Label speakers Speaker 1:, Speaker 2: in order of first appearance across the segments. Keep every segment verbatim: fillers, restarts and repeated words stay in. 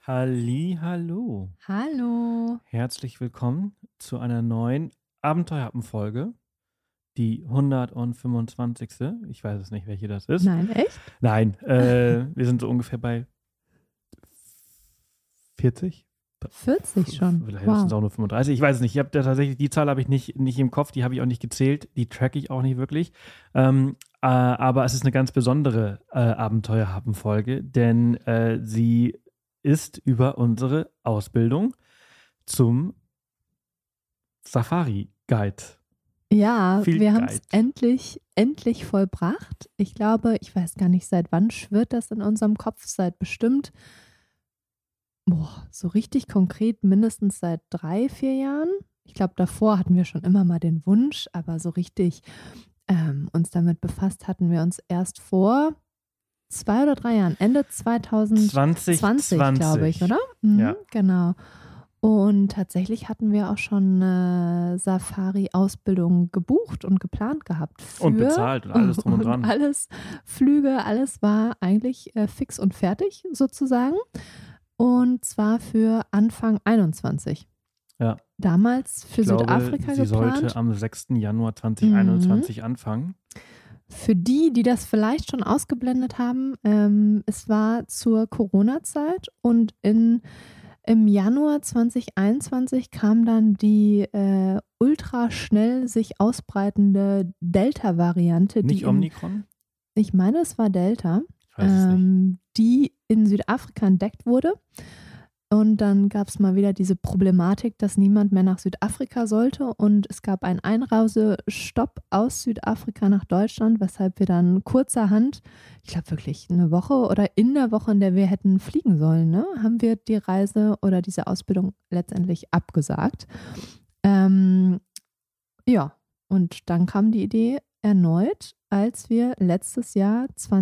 Speaker 1: Hallihallo.
Speaker 2: Hallo.
Speaker 1: Herzlich willkommen zu einer neuen Abenteuerhappen-Folge. Die hundertfünfundzwanzigste. Ich weiß es nicht, welche das ist.
Speaker 2: Nein, echt?
Speaker 1: Nein, äh, wir sind so ungefähr bei vierzig.
Speaker 2: vierzig schon.
Speaker 1: Vielleicht
Speaker 2: Wow.
Speaker 1: sind es auch nur fünfunddreißig. Ich weiß es nicht. Ich habe tatsächlich, die Zahl habe ich nicht, nicht im Kopf, die habe ich auch nicht gezählt, die track ich auch nicht wirklich. Ähm, äh, aber es ist eine ganz besondere äh, Abenteuerhappen-Folge, denn äh, sie ist über unsere Ausbildung zum Safari-Guide.
Speaker 2: Ja,
Speaker 1: Field
Speaker 2: wir haben es
Speaker 1: Guide.
Speaker 2: endlich, endlich vollbracht. Ich glaube, ich weiß gar nicht, seit wann schwirrt das in unserem Kopf, seit bestimmt, boah, so richtig konkret mindestens seit drei, vier Jahren. Ich glaube, davor hatten wir schon immer mal den Wunsch, aber so richtig ähm, uns damit befasst hatten wir uns erst vor zwei oder drei Jahren, Ende zwanzig zwanzig,
Speaker 1: zwanzig zwanzig,
Speaker 2: glaube ich, oder? Mhm,
Speaker 1: Ja.
Speaker 2: Genau. Und tatsächlich hatten wir auch schon eine Safari-Ausbildung gebucht und geplant gehabt. Für
Speaker 1: Und bezahlt und alles drum und dran.
Speaker 2: alles, Flüge, alles war eigentlich äh, fix und fertig sozusagen. Und zwar für Anfang einundzwanzig.
Speaker 1: Ja.
Speaker 2: Damals für
Speaker 1: Ich glaube,
Speaker 2: Südafrika
Speaker 1: sie
Speaker 2: geplant.
Speaker 1: sollte am sechsten Januar zweitausendeinundzwanzig anfangen.
Speaker 2: Für die, die das vielleicht schon ausgeblendet haben, ähm, es war zur Corona-Zeit und in, im Januar zweitausendeinundzwanzig kam dann die äh, ultraschnell sich ausbreitende Delta-Variante.
Speaker 1: Nicht
Speaker 2: die in,
Speaker 1: Omikron?
Speaker 2: Ich meine, es war Delta,
Speaker 1: Ich weiß es nicht.
Speaker 2: ähm, die in Südafrika entdeckt wurde. Und dann gab es mal wieder diese Problematik, dass niemand mehr nach Südafrika sollte und es gab einen Einreisestopp aus Südafrika nach Deutschland, weshalb wir dann kurzerhand, ich glaube wirklich eine Woche oder in der Woche, in der wir hätten fliegen sollen, ne, haben wir die Reise oder diese Ausbildung letztendlich abgesagt. Ähm, ja, und dann kam die Idee erneut, als wir letztes Jahr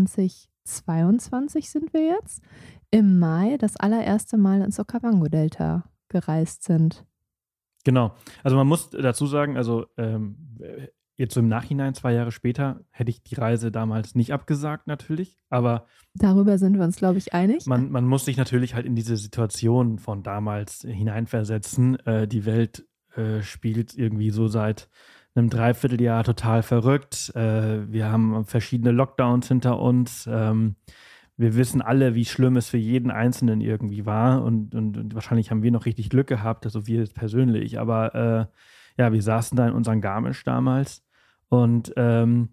Speaker 2: zweitausendzweiundzwanzig sind wir jetzt, im Mai das allererste Mal ins Okavango-Delta gereist sind.
Speaker 1: Genau. Also man muss dazu sagen, also ähm, jetzt so im Nachhinein, zwei Jahre später, hätte ich die Reise damals nicht abgesagt natürlich, aber
Speaker 2: Darüber sind wir uns, glaube ich, einig.
Speaker 1: man, man muss sich natürlich halt in diese Situation von damals hineinversetzen. Äh, die Welt äh, spielt irgendwie so seit einem Dreivierteljahr total verrückt. Äh, wir haben verschiedene Lockdowns hinter uns. Ähm, Wir wissen alle, wie schlimm es für jeden Einzelnen irgendwie war und, und, und wahrscheinlich haben wir noch richtig Glück gehabt, also wir jetzt persönlich, aber äh, ja, wir saßen da in unserem Garmisch damals und ähm,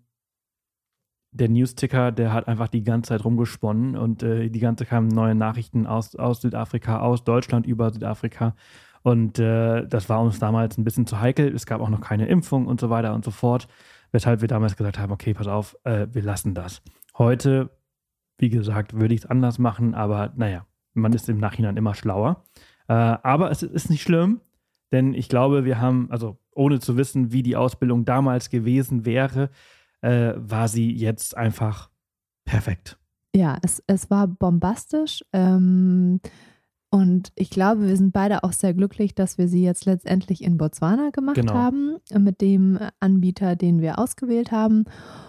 Speaker 1: der Newsticker, der hat einfach die ganze Zeit rumgesponnen und äh, die ganze Zeit kamen neue Nachrichten aus, aus Südafrika, aus Deutschland über Südafrika und äh, das war uns damals ein bisschen zu heikel, es gab auch noch keine Impfung und so weiter und so fort, weshalb wir damals gesagt haben, okay, pass auf, äh, wir lassen das. Heute Wie gesagt, würde ich es anders machen, aber naja, man ist im Nachhinein immer schlauer. Äh, aber es ist nicht schlimm, denn ich glaube, wir haben, also ohne zu wissen, wie die Ausbildung damals gewesen wäre, äh, war sie jetzt einfach perfekt.
Speaker 2: Ja, es, es war bombastisch. Ähm, und ich glaube, wir sind beide auch sehr glücklich, dass wir sie jetzt letztendlich in Botswana gemacht
Speaker 1: Genau.
Speaker 2: haben, mit dem Anbieter, den wir ausgewählt haben.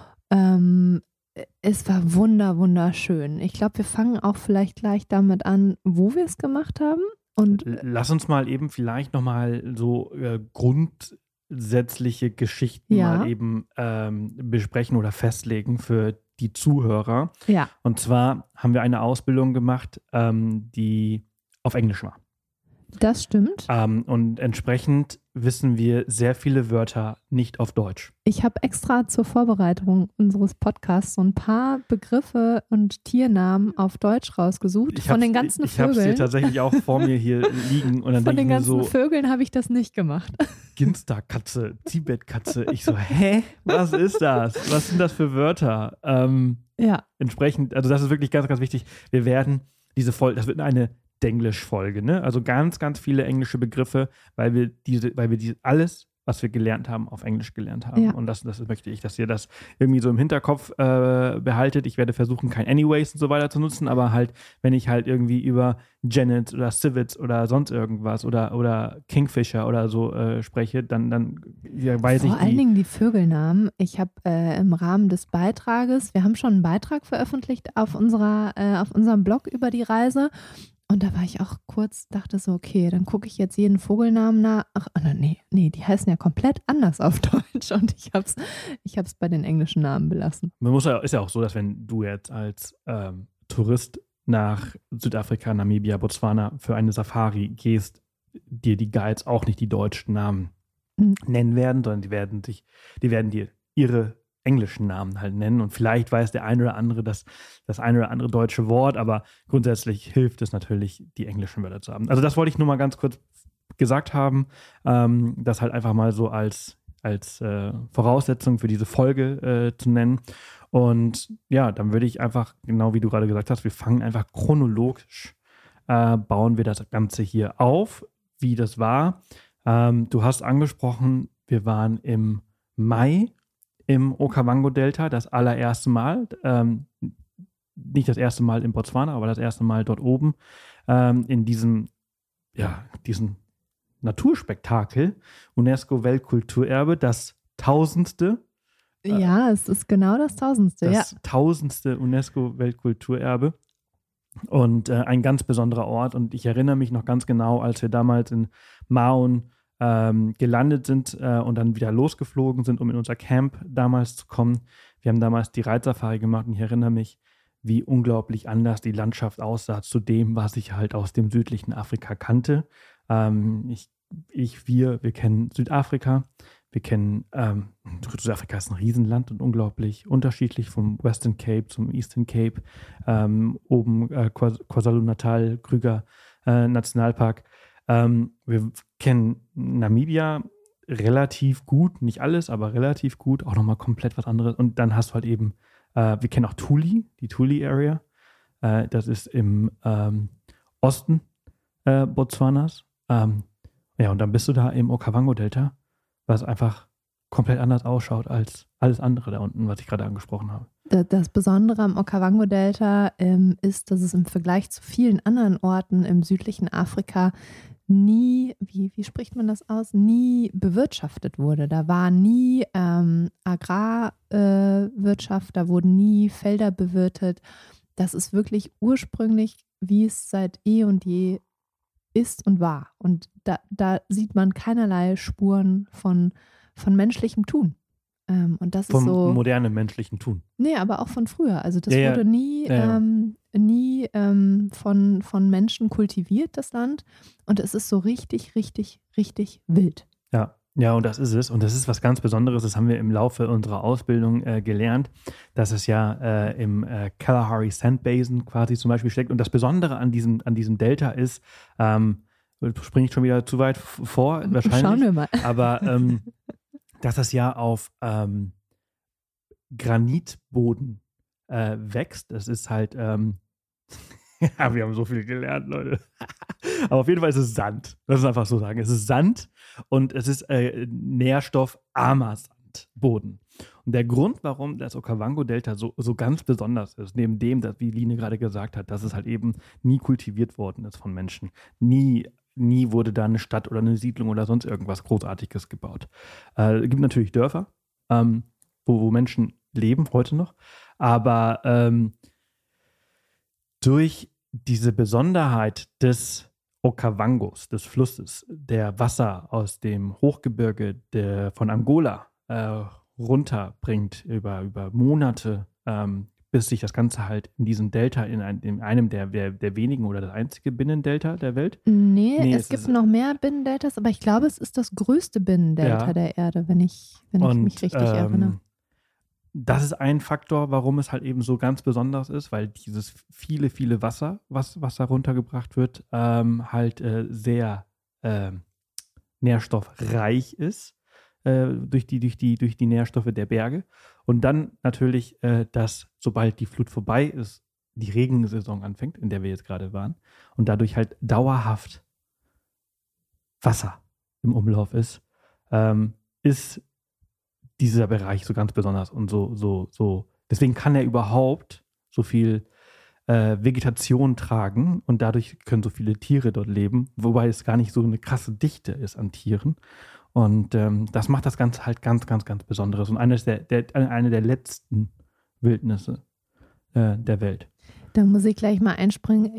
Speaker 2: Ähm, Es war wunder, wunderschön. Ich glaube, wir fangen auch vielleicht gleich damit an, wo wir es gemacht haben. Und
Speaker 1: Lass uns mal eben vielleicht nochmal so äh, grundsätzliche Geschichten
Speaker 2: Ja.
Speaker 1: mal eben ähm, besprechen oder festlegen für die Zuhörer.
Speaker 2: ja,
Speaker 1: Und zwar haben wir eine Ausbildung gemacht, ähm, die auf Englisch war.
Speaker 2: das stimmt.
Speaker 1: Ähm, und entsprechend wissen wir sehr viele Wörter nicht auf Deutsch.
Speaker 2: Ich habe extra zur Vorbereitung unseres Podcasts so ein paar Begriffe und Tiernamen auf Deutsch rausgesucht.
Speaker 1: Ich
Speaker 2: Von
Speaker 1: hab's-
Speaker 2: den ganzen
Speaker 1: ich, ich habe sie
Speaker 2: Vögeln.
Speaker 1: tatsächlich auch vor mir hier liegen und dann
Speaker 2: Von
Speaker 1: denke ich
Speaker 2: den
Speaker 1: mir
Speaker 2: ganzen
Speaker 1: so,
Speaker 2: Vögeln habe ich das nicht gemacht.
Speaker 1: Ginsterkatze, Tibetkatze. Ich so, hä? Was ist das? Was sind das für Wörter? Ähm,
Speaker 2: Ja,
Speaker 1: entsprechend, also das ist wirklich ganz, ganz wichtig. Wir werden diese Folge, das wird eine Denglisch-Folge, ne? Also ganz, ganz viele englische Begriffe, weil wir diese, weil wir diese alles, was wir gelernt haben, auf Englisch gelernt haben.
Speaker 2: Ja.
Speaker 1: Und das, das möchte ich, dass ihr das irgendwie so im Hinterkopf äh, behaltet. Ich werde versuchen, kein Anyways und so weiter zu nutzen, aber halt, wenn ich halt irgendwie über Janet oder Civets oder sonst irgendwas oder, oder Kingfisher oder so äh, spreche, dann, dann ja, weiß
Speaker 2: vor
Speaker 1: ich
Speaker 2: allen
Speaker 1: die.
Speaker 2: Dingen die Vögelnamen. Ich habe äh, im Rahmen des Beitrages, wir haben schon einen Beitrag veröffentlicht auf unserer, äh, auf unserem Blog über die Reise. Und da war ich auch kurz, dachte so, okay, dann gucke ich jetzt jeden Vogelnamen nach. Ach, nee, nee, die heißen ja komplett anders auf Deutsch und ich habe es ich hab's bei den englischen Namen belassen.
Speaker 1: Man muss ja, ist ja auch so, dass wenn du jetzt als ähm, Tourist nach Südafrika, Namibia, Botswana für eine Safari gehst, dir die Guides auch nicht die deutschen Namen mhm. nennen werden, sondern die werden sich, die werden dir ihre englischen Namen halt nennen und vielleicht weiß der eine oder andere das, das eine oder andere deutsche Wort, aber grundsätzlich hilft es natürlich, die englischen Wörter zu haben. Also das wollte ich nur mal ganz kurz gesagt haben, ähm, das halt einfach mal so als, als äh, Voraussetzung für diese Folge äh, zu nennen. Und ja, dann würde ich einfach, genau wie du gerade gesagt hast, wir fangen einfach chronologisch, äh, bauen wir das Ganze hier auf, wie das war. Ähm, du hast angesprochen, wir waren im Mai im Okavango-Delta das allererste Mal, ähm, nicht das erste Mal in Botswana, aber das erste Mal dort oben, ähm, in diesem, ja, diesem Naturspektakel, UNESCO-Weltkulturerbe, das tausendste.
Speaker 2: Äh, ja, es ist genau das tausendste,
Speaker 1: das
Speaker 2: ja.
Speaker 1: tausendste UNESCO-Weltkulturerbe und äh, ein ganz besonderer Ort. Und ich erinnere mich noch ganz genau, als wir damals in Maun Ähm, gelandet sind äh, und dann wieder losgeflogen sind, um in unser Camp damals zu kommen. Wir haben damals die Reitsafari gemacht und ich erinnere mich, wie unglaublich anders die Landschaft aussah zu dem, was ich halt aus dem südlichen Afrika kannte. Ähm, ich, ich, wir, wir kennen Südafrika, wir kennen, ähm, Südafrika ist ein Riesenland und unglaublich unterschiedlich vom Western Cape zum Eastern Cape, ähm, oben äh, KwaZulu-Natal, Krüger äh, Nationalpark. Ähm, wir kennen Namibia relativ gut, nicht alles, aber relativ gut, auch nochmal komplett was anderes. Und dann hast du halt eben, äh, wir kennen auch Tuli, die Tuli-Area. Äh, das ist im ähm, Osten äh, Botswanas. Ähm, ja, und dann bist du da im Okavango-Delta, was einfach komplett anders ausschaut als alles andere da unten, was ich gerade angesprochen habe.
Speaker 2: Das Besondere am Okavango-Delta ähm, ist, dass es im Vergleich zu vielen anderen Orten im südlichen Afrika nie, wie, wie spricht man das aus, nie bewirtschaftet wurde. Da war nie ähm, Agrarwirtschaft, äh, da wurden nie Felder bewirtet. Das ist wirklich ursprünglich, wie es seit eh und je ist und war. Und da, da sieht man keinerlei Spuren von, von menschlichem Tun. Ähm, und das
Speaker 1: Vom
Speaker 2: ist so.
Speaker 1: modernen menschlichen Tun.
Speaker 2: Nee, aber auch von früher. Also das
Speaker 1: ja,
Speaker 2: wurde
Speaker 1: ja.
Speaker 2: nie,
Speaker 1: ja, ja.
Speaker 2: Ähm, nie ähm, von, von Menschen kultiviert, das Land. Und es ist so richtig, richtig, richtig wild.
Speaker 1: Ja, ja, und das ist es. Und das ist was ganz Besonderes. Das haben wir im Laufe unserer Ausbildung äh, gelernt, dass es ja äh, im äh, Kalahari Sand Basin quasi zum Beispiel steckt. Und das Besondere an diesem, an diesem Delta ist, ähm, springe ich schon wieder zu weit vor, wahrscheinlich.
Speaker 2: Schauen wir mal.
Speaker 1: Aber ähm, dass das ja auf ähm, Granitboden äh, wächst. Das ist halt, ähm, ja, wir haben so viel gelernt, Leute. Aber auf jeden Fall ist es Sand. Lass uns einfach so sagen. Es ist Sand und es ist äh, nährstoffarmer Sandboden. Und der Grund, warum das Okavango-Delta so, so ganz besonders ist, neben dem, dass, wie Line gerade gesagt hat, dass es halt eben nie kultiviert worden ist von Menschen. Nie Nie wurde da eine Stadt oder eine Siedlung oder sonst irgendwas Großartiges gebaut. Äh, es gibt natürlich Dörfer, ähm, wo, wo Menschen leben, heute noch. Aber ähm, durch diese Besonderheit des Okavangos, des Flusses, der Wasser aus dem Hochgebirge der, von Angola äh, runterbringt über, über Monate, ähm, bis sich das Ganze halt in diesem Delta, in, ein, in einem der, der, der wenigen oder das einzige Binnendelta der Welt.
Speaker 2: Nee,
Speaker 1: nee
Speaker 2: es,
Speaker 1: es
Speaker 2: gibt
Speaker 1: ist,
Speaker 2: noch mehr Binnendeltas, aber ich glaube, es ist das größte Binnendelta
Speaker 1: ja.
Speaker 2: der Erde, wenn ich, wenn
Speaker 1: Und,
Speaker 2: ich mich richtig
Speaker 1: ähm,
Speaker 2: erinnere.
Speaker 1: Das ist ein Faktor, warum es halt eben so ganz besonders ist, weil dieses viele, viele Wasser, was, was da runtergebracht wird, ähm, halt äh, sehr äh, nährstoffreich ist. Durch die, durch, die, durch die Nährstoffe der Berge. Und dann natürlich, äh, dass sobald die Flut vorbei ist, die Regensaison anfängt, in der wir jetzt gerade waren, und dadurch halt dauerhaft Wasser im Umlauf ist, ähm, ist dieser Bereich so ganz besonders und so, so, so. Deswegen kann er überhaupt so viel äh, Vegetation tragen und dadurch können so viele Tiere dort leben, wobei es gar nicht so eine krasse Dichte ist an Tieren. Und ähm, das macht das Ganze halt ganz, ganz, ganz Besonderes und eines der, der, eine der letzten Wildnisse äh, der Welt.
Speaker 2: Da muss ich gleich mal einspringen. Ich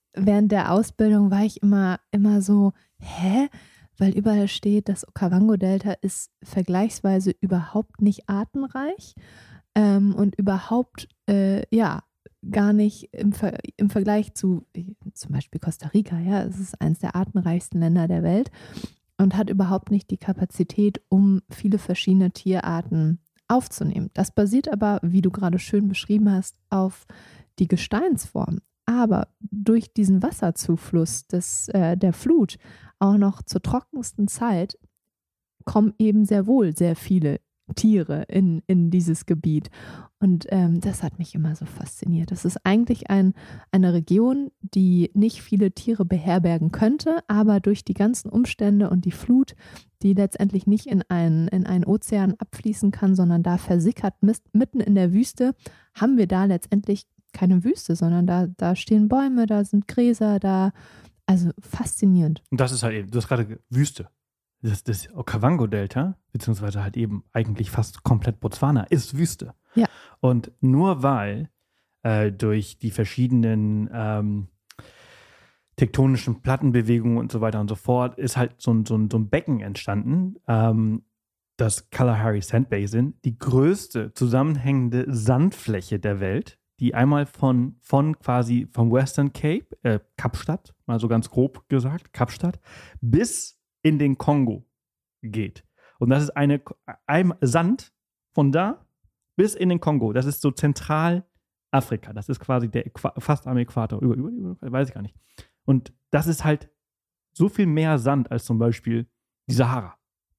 Speaker 2: während der Ausbildung war ich immer, immer so, hä? Weil überall steht, das Okavango-Delta ist vergleichsweise überhaupt nicht artenreich ähm, und überhaupt, äh, ja, gar nicht im, Ver- im Vergleich zu zum Beispiel Costa Rica, ja, es ist eines der artenreichsten Länder der Welt und hat überhaupt nicht die Kapazität, um viele verschiedene Tierarten aufzunehmen. Das basiert aber, wie du gerade schön beschrieben hast, auf die Gesteinsform. Aber durch diesen Wasserzufluss des, äh, der Flut auch noch zur trockensten Zeit kommen eben sehr wohl sehr viele Tiere in, in dieses Gebiet. Und ähm, das hat mich immer so fasziniert. Das ist eigentlich ein, eine Region, die nicht viele Tiere beherbergen könnte, aber durch die ganzen Umstände und die Flut, die letztendlich nicht in einen, in einen Ozean abfließen kann, sondern da versickert mitten in der Wüste, haben wir da letztendlich keine Wüste, sondern da, da stehen Bäume, da sind Gräser, da, also faszinierend.
Speaker 1: Und das ist halt eben, du hast gerade Wüste. Das, das Okavango-Delta, beziehungsweise halt eben eigentlich fast komplett Botswana, ist Wüste.
Speaker 2: Ja.
Speaker 1: Und nur weil äh, durch die verschiedenen ähm, tektonischen Plattenbewegungen und so weiter und so fort ist halt so ein, so ein, so ein Becken entstanden, ähm, das Kalahari Sand Basin, die größte zusammenhängende Sandfläche der Welt, die einmal von, von quasi vom Western Cape, äh, Kapstadt, mal so ganz grob gesagt, Kapstadt, bis in den Kongo geht. Und das ist eine, ein Sand von da bis in den Kongo. Das ist so Zentralafrika. Das ist quasi der Äqu- fast am Äquator. Über, über, über, weiß ich gar nicht. Und das ist halt so viel mehr Sand als zum Beispiel die Sahara.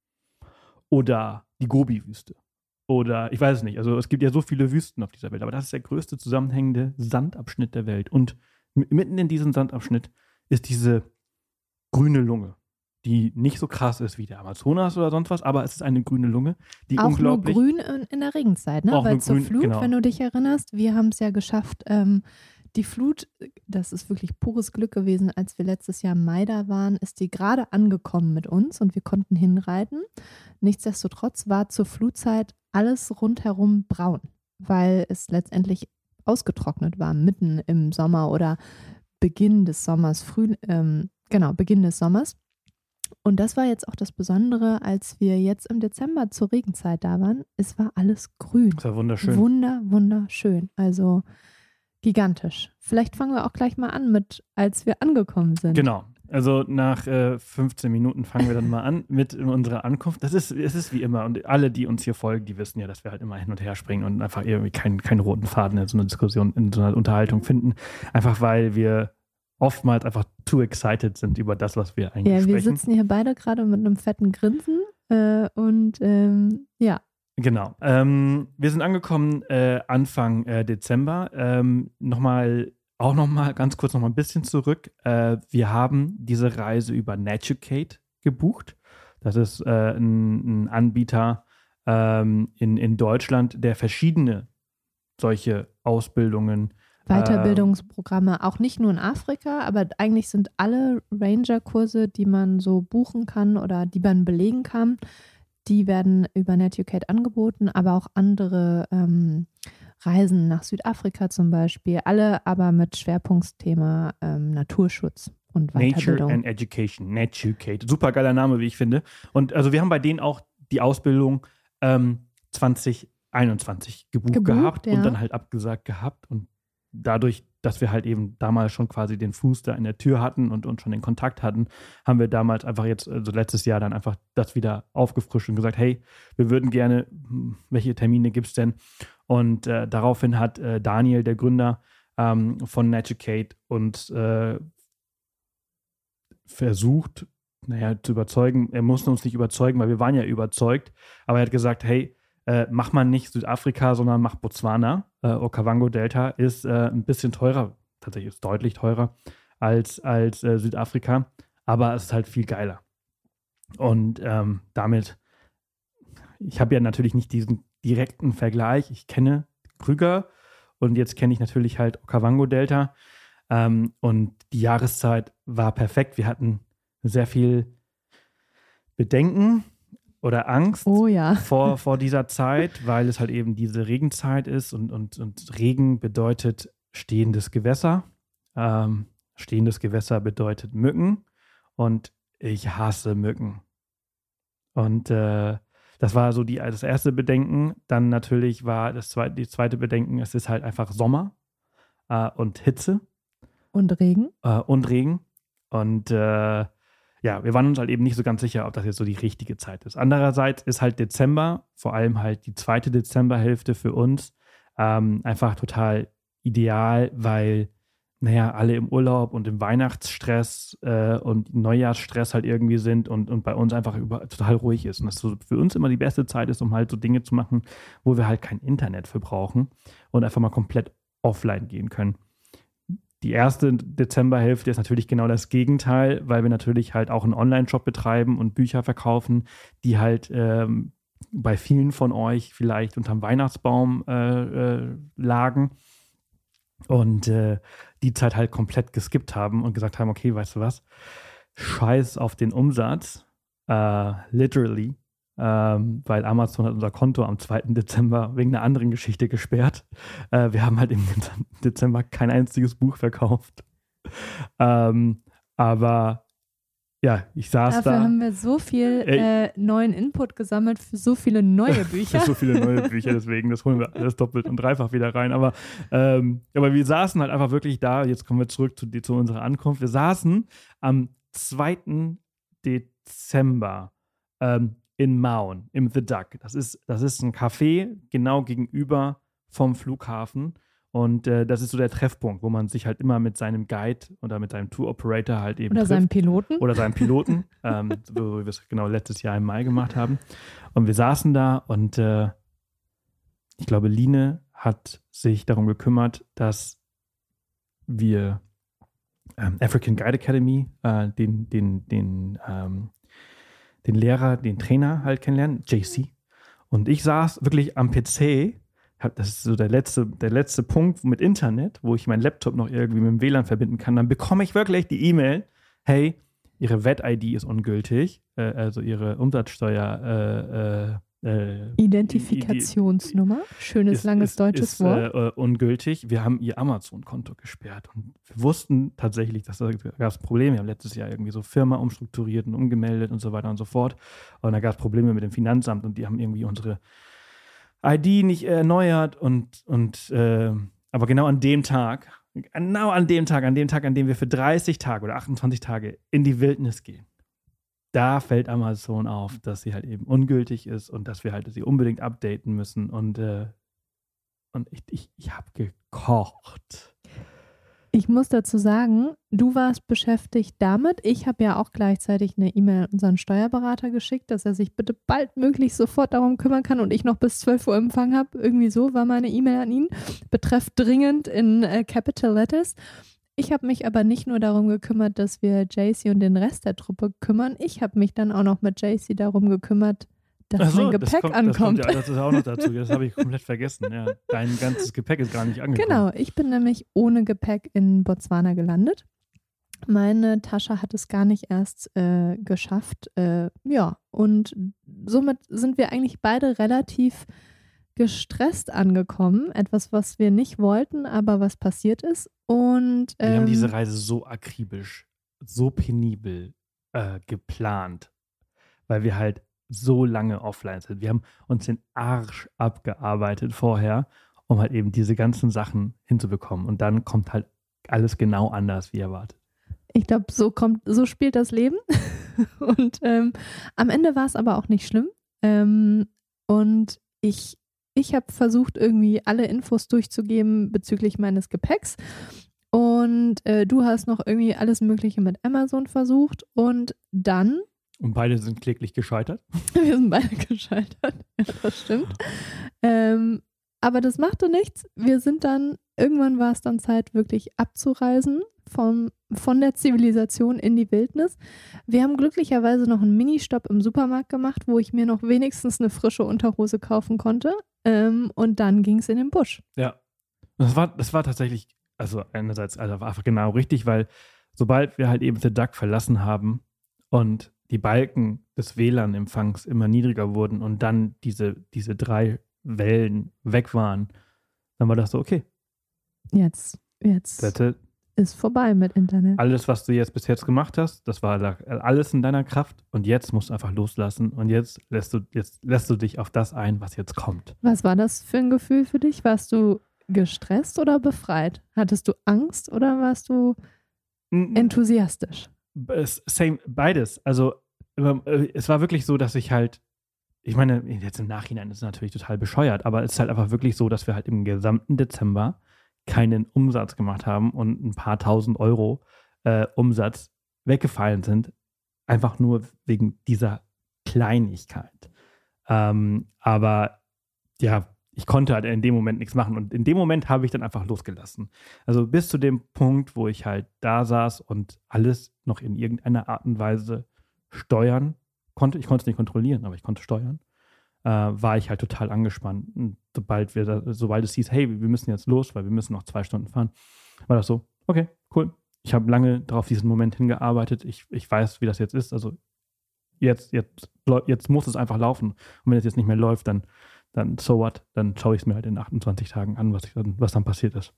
Speaker 1: Oder die Gobi-Wüste. Oder, ich weiß es nicht, also es gibt ja so viele Wüsten auf dieser Welt, aber das ist der größte zusammenhängende Sandabschnitt der Welt. Und m- mitten in diesem Sandabschnitt ist diese grüne Lunge, die nicht so krass ist wie der Amazonas oder sonst was, aber es ist eine grüne Lunge, die
Speaker 2: auch
Speaker 1: unglaublich...
Speaker 2: Auch nur grün in, in der Regenzeit, ne?
Speaker 1: Auch
Speaker 2: Weil
Speaker 1: nur
Speaker 2: zur
Speaker 1: grün,
Speaker 2: Flut,
Speaker 1: genau.
Speaker 2: wenn du dich erinnerst, wir haben es ja geschafft, ähm, die Flut, das ist wirklich pures Glück gewesen, als wir letztes Jahr im Mai da waren, ist die gerade angekommen mit uns und wir konnten hinreiten. Nichtsdestotrotz war zur Flutzeit alles rundherum braun, weil es letztendlich ausgetrocknet war, mitten im Sommer oder Beginn des Sommers, früh, ähm, genau, Beginn des Sommers. Und das war jetzt auch das Besondere, als wir jetzt im Dezember zur Regenzeit da waren. Es war alles grün.
Speaker 1: Das war wunderschön.
Speaker 2: Wunder, wunderschön. Also gigantisch. Vielleicht fangen wir auch gleich mal an mit, als wir angekommen sind.
Speaker 1: Genau. Also nach äh, fünfzehn Minuten fangen wir dann mal an mit unserer Ankunft. Das ist, es ist wie immer. Und alle, die uns hier folgen, die wissen ja, dass wir halt immer hin und her springen und einfach irgendwie keinen, keinen roten Faden in so einer Diskussion, in so einer Unterhaltung finden. Einfach weil wir oftmals einfach too excited sind über das, was wir eigentlich
Speaker 2: Ja,
Speaker 1: sprechen.
Speaker 2: wir sitzen hier beide gerade mit einem fetten Grinsen äh, und ähm, ja.
Speaker 1: Genau. Ähm, wir sind angekommen äh, Anfang äh, Dezember. Ähm, nochmal, auch nochmal ganz kurz nochmal ein bisschen zurück. Äh, wir haben diese Reise über Natucate gebucht. Das ist äh, ein, ein Anbieter ähm, in, in Deutschland, der verschiedene solche Ausbildungen
Speaker 2: Weiterbildungsprogramme, auch nicht nur in Afrika, aber eigentlich sind alle Ranger-Kurse, die man so buchen kann oder die man belegen kann, die werden über Natucate angeboten, aber auch andere ähm, Reisen nach Südafrika zum Beispiel, alle aber mit Schwerpunktthema ähm, Naturschutz und Weiterbildung.
Speaker 1: Nature and Education, Natucate. Super geiler Name, wie ich finde. Und also wir haben bei denen auch die Ausbildung ähm, zwanzig einundzwanzig gebucht,
Speaker 2: Gebucht,
Speaker 1: gehabt
Speaker 2: ja.
Speaker 1: und dann halt abgesagt gehabt. Und dadurch, dass wir halt eben damals schon quasi den Fuß da in der Tür hatten und, und schon den Kontakt hatten, haben wir damals einfach jetzt, also letztes Jahr dann einfach das wieder aufgefrischt und gesagt, hey, wir würden gerne, welche Termine gibt es denn? Und äh, daraufhin hat äh, Daniel, der Gründer ähm, von Natucate, uns äh, versucht, naja, zu überzeugen. Er musste uns nicht überzeugen, weil wir waren ja überzeugt, aber er hat gesagt, hey, Äh, mach mal nicht Südafrika, sondern mach Botswana. Äh, Okavango-Delta ist äh, ein bisschen teurer, tatsächlich ist deutlich teurer als, als äh, Südafrika, aber es ist halt viel geiler. Und ähm, damit, ich habe ja natürlich nicht diesen direkten Vergleich. Ich kenne Krüger und jetzt kenne ich natürlich halt Okavango-Delta. Ähm, und die Jahreszeit war perfekt. Wir hatten sehr viel Bedenken oder Angst
Speaker 2: oh, ja.
Speaker 1: vor, vor dieser Zeit, weil es halt eben diese Regenzeit ist und, und, und Regen bedeutet stehendes Gewässer. Ähm, stehendes Gewässer bedeutet Mücken und ich hasse Mücken. Und äh, das war so die, das erste Bedenken. Dann natürlich war das zweite, die zweite Bedenken, es ist halt einfach Sommer äh, und Hitze.
Speaker 2: Und Regen.
Speaker 1: Äh, und Regen. Und äh, ja, wir waren uns halt eben nicht so ganz sicher, ob das jetzt so die richtige Zeit ist. Andererseits ist halt Dezember, vor allem halt die zweite Dezemberhälfte für uns, ähm, einfach total ideal, weil, naja, alle im Urlaub und im Weihnachtsstress äh, und Neujahrsstress halt irgendwie sind und, und bei uns einfach über, total ruhig ist. Und das so für uns immer die beste Zeit ist, um halt so Dinge zu machen, wo wir halt kein Internet für brauchen und einfach mal komplett offline gehen können. Die erste Dezemberhälfte ist natürlich genau das Gegenteil, weil wir natürlich halt auch einen Online-Shop betreiben und Bücher verkaufen, die halt ähm, bei vielen von euch vielleicht unterm Weihnachtsbaum äh, äh, lagen und äh, die Zeit halt komplett geskippt haben und gesagt haben, okay, weißt du was, scheiß auf den Umsatz, äh, literally, ähm, weil Amazon hat unser Konto am zweiten Dezember wegen einer anderen Geschichte gesperrt. Äh, wir haben halt im Dezember kein einziges Buch verkauft. Ähm, aber ja, ich saß
Speaker 2: Dafür
Speaker 1: da.
Speaker 2: Dafür haben wir so viel äh, neuen Input gesammelt für so viele neue Bücher.
Speaker 1: Für so viele neue Bücher, deswegen, das holen wir alles doppelt und dreifach wieder rein. Aber, ähm, aber wir saßen halt einfach wirklich da, jetzt kommen wir zurück zu, die, zu unserer Ankunft. Wir saßen am zweiten Dezember ähm, in Maun, im The Duck. Das ist, das ist ein Café genau gegenüber vom Flughafen. Und äh, das ist so der Treffpunkt, wo man sich halt immer mit seinem Guide oder mit seinem Tour-Operator halt eben
Speaker 2: Oder
Speaker 1: trifft.
Speaker 2: seinem Piloten.
Speaker 1: Oder seinem Piloten, ähm, wo wir es genau letztes Jahr im Mai gemacht haben. Und wir saßen da und äh, ich glaube, Line hat sich darum gekümmert, dass wir ähm, African Guide Academy, äh, den, den, den, ähm, den Lehrer, den Trainer halt kennenlernen, J C. Und ich saß wirklich am P C. Das ist so der letzte, der letzte Punkt mit Internet, wo ich meinen Laptop noch irgendwie mit dem W L A N verbinden kann. Dann bekomme ich wirklich die E-Mail, hey, Ihre V A T-I D ist ungültig, äh, also Ihre Umsatzsteuer äh, äh,
Speaker 2: Identifikationsnummer, schönes
Speaker 1: ist,
Speaker 2: langes
Speaker 1: ist,
Speaker 2: deutsches
Speaker 1: ist,
Speaker 2: Wort.
Speaker 1: Äh, ungültig. Wir haben Ihr Amazon-Konto gesperrt und wir wussten tatsächlich, dass da gab es Probleme. Wir haben letztes Jahr irgendwie so Firma umstrukturiert und umgemeldet und so weiter und so fort. Und da gab es Probleme mit dem Finanzamt und die haben irgendwie unsere I D nicht erneuert und, und äh, aber genau an dem Tag, genau an dem Tag, an dem Tag, an dem wir für dreißig Tage oder achtundzwanzig Tage in die Wildnis gehen, da fällt Amazon auf, dass sie halt eben ungültig ist und dass wir halt sie unbedingt updaten müssen und, äh, und ich, ich, ich habe gekocht.
Speaker 2: Ich muss dazu sagen, du warst beschäftigt damit. Ich habe ja auch gleichzeitig eine E-Mail an unseren Steuerberater geschickt, dass er sich bitte baldmöglich sofort darum kümmern kann und ich noch bis zwölf Uhr Empfang habe. Irgendwie so war meine E-Mail an ihn. Betreff dringend in äh, Capital Letters. Ich habe mich aber nicht nur darum gekümmert, dass wir J C und den Rest der Truppe kümmern. Ich habe mich dann auch noch mit J C darum gekümmert, dass
Speaker 1: so,
Speaker 2: mein Gepäck
Speaker 1: das kommt,
Speaker 2: ankommt.
Speaker 1: Das, kommt, ja, das ist auch noch dazu. Das habe ich komplett vergessen. Ja, dein ganzes Gepäck ist gar nicht angekommen.
Speaker 2: Genau, ich bin nämlich ohne Gepäck in Botswana gelandet. Meine Tasche hat es gar nicht erst äh, geschafft. Äh, ja, und somit sind wir eigentlich beide relativ gestresst angekommen. Etwas, was wir nicht wollten, aber was passiert ist. Und ähm,
Speaker 1: wir haben diese Reise so akribisch, so penibel äh, geplant, weil wir halt so lange offline sind. Wir haben uns den Arsch abgearbeitet vorher, um halt eben diese ganzen Sachen hinzubekommen. Und dann kommt halt alles genau anders, wie erwartet.
Speaker 2: Ich glaube, so kommt, so spielt das Leben. Und ähm, am Ende war es aber auch nicht schlimm. Ähm, und ich, ich habe versucht, irgendwie alle Infos durchzugeben bezüglich meines Gepäcks. Und äh, du hast noch irgendwie alles Mögliche mit Amazon versucht. Und dann
Speaker 1: Und beide sind kläglich gescheitert.
Speaker 2: Wir sind beide gescheitert, ja, das stimmt. Ähm, aber das machte nichts. Wir sind dann, irgendwann war es dann Zeit, wirklich abzureisen vom, von der Zivilisation in die Wildnis. Wir haben glücklicherweise noch einen Ministopp im Supermarkt gemacht, wo ich mir noch wenigstens eine frische Unterhose kaufen konnte. Ähm, und dann ging es in den Busch.
Speaker 1: Ja, das war, das war tatsächlich, also einerseits also einfach genau richtig, weil sobald wir halt eben The Duck verlassen haben und die Balken des W L A N-Empfangs immer niedriger wurden und dann diese, diese drei Wellen weg waren, dann war das so, okay.
Speaker 2: Jetzt, jetzt
Speaker 1: That's it.
Speaker 2: ist vorbei mit Internet.
Speaker 1: Alles, was du jetzt bis jetzt gemacht hast, das war alles in deiner Kraft und jetzt musst du einfach loslassen und jetzt lässt du, jetzt lässt du dich auf das ein, was jetzt kommt.
Speaker 2: Was war das für ein Gefühl für dich? Warst du gestresst oder befreit? Hattest du Angst oder warst du enthusiastisch?
Speaker 1: Same, beides. Also es war wirklich so, dass ich halt, ich meine, jetzt im Nachhinein ist es natürlich total bescheuert, aber es ist halt einfach wirklich so, dass wir halt im gesamten Dezember keinen Umsatz gemacht haben und ein paar tausend Euro äh, Umsatz weggefallen sind, einfach nur wegen dieser Kleinigkeit. Ähm, aber ja, ich konnte halt in dem Moment nichts machen und in dem Moment habe ich dann einfach losgelassen. Also bis zu dem Punkt, wo ich halt da saß und alles noch in irgendeiner Art und Weise steuern konnte. Ich konnte es nicht kontrollieren, aber ich konnte steuern. Äh, war ich halt total angespannt. Und sobald wir da, sobald es hieß, hey, wir müssen jetzt los, weil wir müssen noch zwei Stunden fahren, war das so, okay, cool. Ich habe lange darauf diesen Moment hingearbeitet. Ich, ich weiß, wie das jetzt ist. Also jetzt, jetzt, jetzt muss es einfach laufen. Und wenn es jetzt nicht mehr läuft, dann, dann so what? Dann schaue ich es mir halt in achtundzwanzig Tagen an, was, ich dann, was dann passiert ist.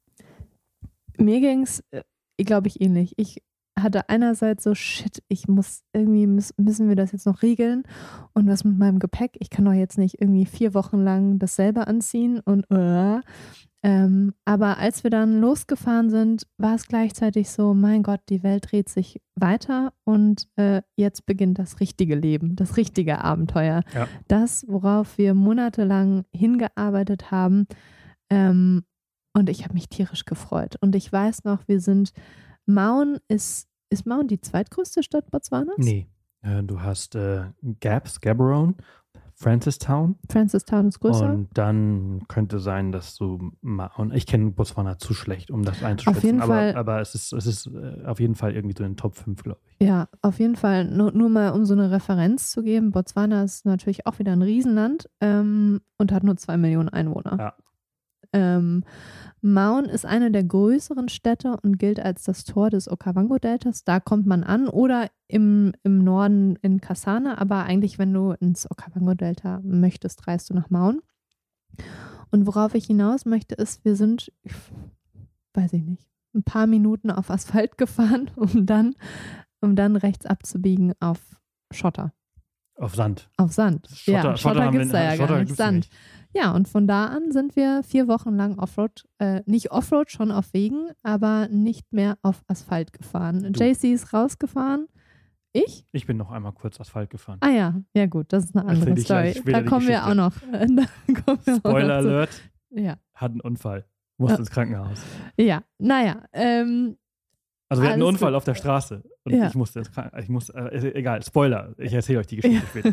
Speaker 2: Mir ging es, glaube ich, ähnlich. Ich hatte einerseits so, shit, ich muss irgendwie, müssen wir das jetzt noch regeln und was mit meinem Gepäck, ich kann doch jetzt nicht irgendwie vier Wochen lang dasselbe anziehen und uh, ähm, aber als wir dann losgefahren sind, war es gleichzeitig so, mein Gott, die Welt dreht sich weiter und äh, jetzt beginnt das richtige Leben, das richtige Abenteuer.
Speaker 1: Ja.
Speaker 2: Das, worauf wir monatelang hingearbeitet haben, ähm, und ich habe mich tierisch gefreut und ich weiß noch, wir sind Maun ist, ist Maun die zweitgrößte Stadt Botswanas?
Speaker 1: Nee, äh, du hast äh, Gabs, Gaborone, Francistown.
Speaker 2: Francistown ist größer.
Speaker 1: Und dann könnte sein, dass du Maun, ich kenne Botswana zu schlecht, um das einzuschätzen,
Speaker 2: auf jeden
Speaker 1: aber,
Speaker 2: Fall,
Speaker 1: aber es ist, es ist äh, auf jeden Fall irgendwie so in den Top fünf, glaube ich.
Speaker 2: Ja, auf jeden Fall, nur, nur mal um so eine Referenz zu geben, Botswana ist natürlich auch wieder ein Riesenland ähm, und hat nur zwei Millionen Einwohner.
Speaker 1: Ja.
Speaker 2: Ähm, Maun ist eine der größeren Städte und gilt als das Tor des Okavango-Deltas. Da kommt man an oder im, im Norden in Kassane, aber eigentlich, wenn du ins Okavango-Delta möchtest, reist du nach Maun. Und worauf ich hinaus möchte, ist, wir sind, ich, weiß ich nicht, ein paar Minuten auf Asphalt gefahren, um dann, um dann rechts abzubiegen auf Schotter.
Speaker 1: Auf Sand.
Speaker 2: Auf Sand.
Speaker 1: Schotter,
Speaker 2: ja,
Speaker 1: Schotter,
Speaker 2: Schotter gibt es da ja
Speaker 1: Schotter
Speaker 2: gar nicht. Sand. Nicht. Ja, und von da an sind wir vier Wochen lang Offroad, äh, nicht Offroad, schon auf Wegen, aber nicht mehr auf Asphalt gefahren. J C ist rausgefahren. Ich?
Speaker 1: Ich bin noch einmal kurz Asphalt gefahren.
Speaker 2: Ah ja, ja gut, das ist eine andere Story. Da kommen wir auch noch. Da kommen wir
Speaker 1: Spoiler
Speaker 2: auch noch
Speaker 1: Alert.
Speaker 2: Ja.
Speaker 1: Hat einen Unfall. Musste ja. ins Krankenhaus.
Speaker 2: Ja, naja. Ähm,
Speaker 1: also wir hatten einen Unfall gut. auf der Straße und ja. ich musste ins Krankenhaus. Ich muss, äh, egal, Spoiler. Ich erzähle euch die Geschichte später.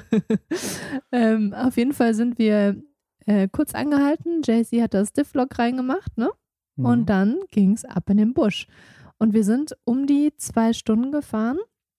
Speaker 2: ähm, auf jeden Fall sind wir Äh, kurz angehalten, J C hat das Difflock reingemacht, ne? Mhm. Und dann ging es ab in den Busch. Und wir sind um die zwei Stunden gefahren.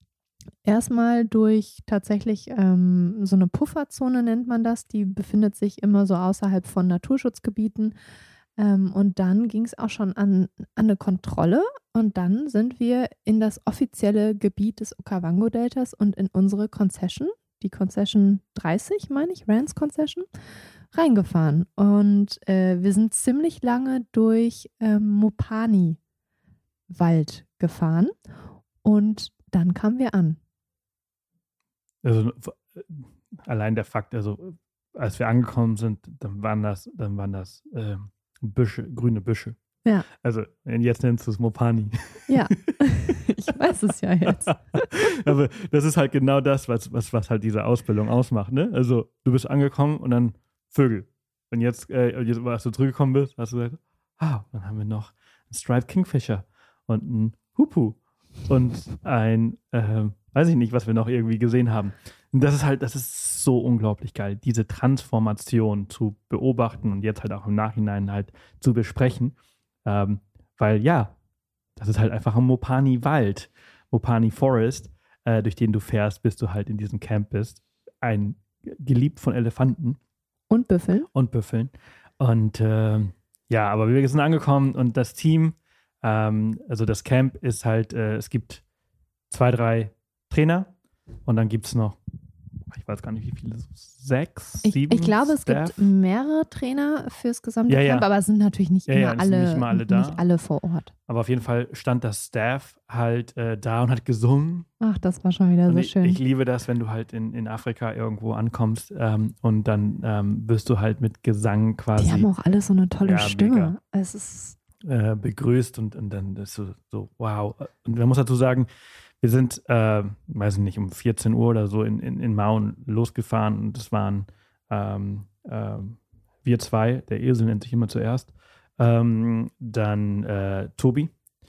Speaker 2: Erstmal durch tatsächlich ähm, so eine Pufferzone nennt man das, die befindet sich immer so außerhalb von Naturschutzgebieten. Ähm, und dann ging es auch schon an, an eine Kontrolle und dann sind wir in das offizielle Gebiet des Okavango-Deltas und in unsere Concession, die Concession dreißig, meine ich, Rans Concession, reingefahren. Und äh, wir sind ziemlich lange durch ähm, Mopani-Wald gefahren und dann kamen wir an.
Speaker 1: Also allein der Fakt, also als wir angekommen sind, dann waren das, dann waren das äh, Büsche, grüne Büsche.
Speaker 2: Ja.
Speaker 1: Also jetzt nennst du es Mopani.
Speaker 2: Ja, ich weiß es ja jetzt.
Speaker 1: Aber das ist halt genau das, was, was, was halt diese Ausbildung ausmacht, ne? Also du bist angekommen und dann Vögel. Und jetzt, äh, jetzt, als du zurückgekommen bist, hast du gesagt, ah, dann haben wir noch einen Striped Kingfisher und einen Hupu und ein, äh, weiß ich nicht, was wir noch irgendwie gesehen haben. Und das ist halt, das ist so unglaublich geil, diese Transformation zu beobachten und jetzt halt auch im Nachhinein halt zu besprechen. Ähm, weil ja, das ist halt einfach ein Mopani-Wald, Mopani Forest, äh, durch den du fährst, bis du halt in diesem Camp bist. Ein geliebt von Elefanten.
Speaker 2: Und Büffeln.
Speaker 1: Und Büffeln. Und äh, ja, aber wir sind angekommen und das Team, ähm, also das Camp ist halt, äh, es gibt zwei, drei Trainer und dann gibt es noch, ich weiß gar nicht, wie viele, sechs,
Speaker 2: Ich,
Speaker 1: sieben
Speaker 2: ich glaube, es
Speaker 1: Staff?
Speaker 2: gibt mehrere Trainer fürs gesamte
Speaker 1: Ja, ja.
Speaker 2: Camp, aber es sind natürlich nicht,
Speaker 1: Ja,
Speaker 2: immer,
Speaker 1: ja, es sind
Speaker 2: alle,
Speaker 1: nicht immer alle da.
Speaker 2: nicht alle vor Ort.
Speaker 1: Aber auf jeden Fall stand das Staff halt äh, da und hat gesungen.
Speaker 2: Ach, das war schon wieder
Speaker 1: Und
Speaker 2: so
Speaker 1: ich,
Speaker 2: schön.
Speaker 1: ich liebe das, wenn du halt in, in Afrika irgendwo ankommst ähm, und dann ähm, wirst du halt mit Gesang quasi
Speaker 2: Die haben auch alle so eine tolle
Speaker 1: Ja,
Speaker 2: Stimme.
Speaker 1: mega.
Speaker 2: Es ist
Speaker 1: äh, begrüßt und, und dann ist so, so, wow. Und man muss dazu sagen, wir sind, äh, weiß ich nicht, um vierzehn Uhr oder so in, in, in Maun losgefahren und es waren ähm, äh, wir zwei, der Esel nennt sich immer zuerst, ähm, dann äh, Tobi,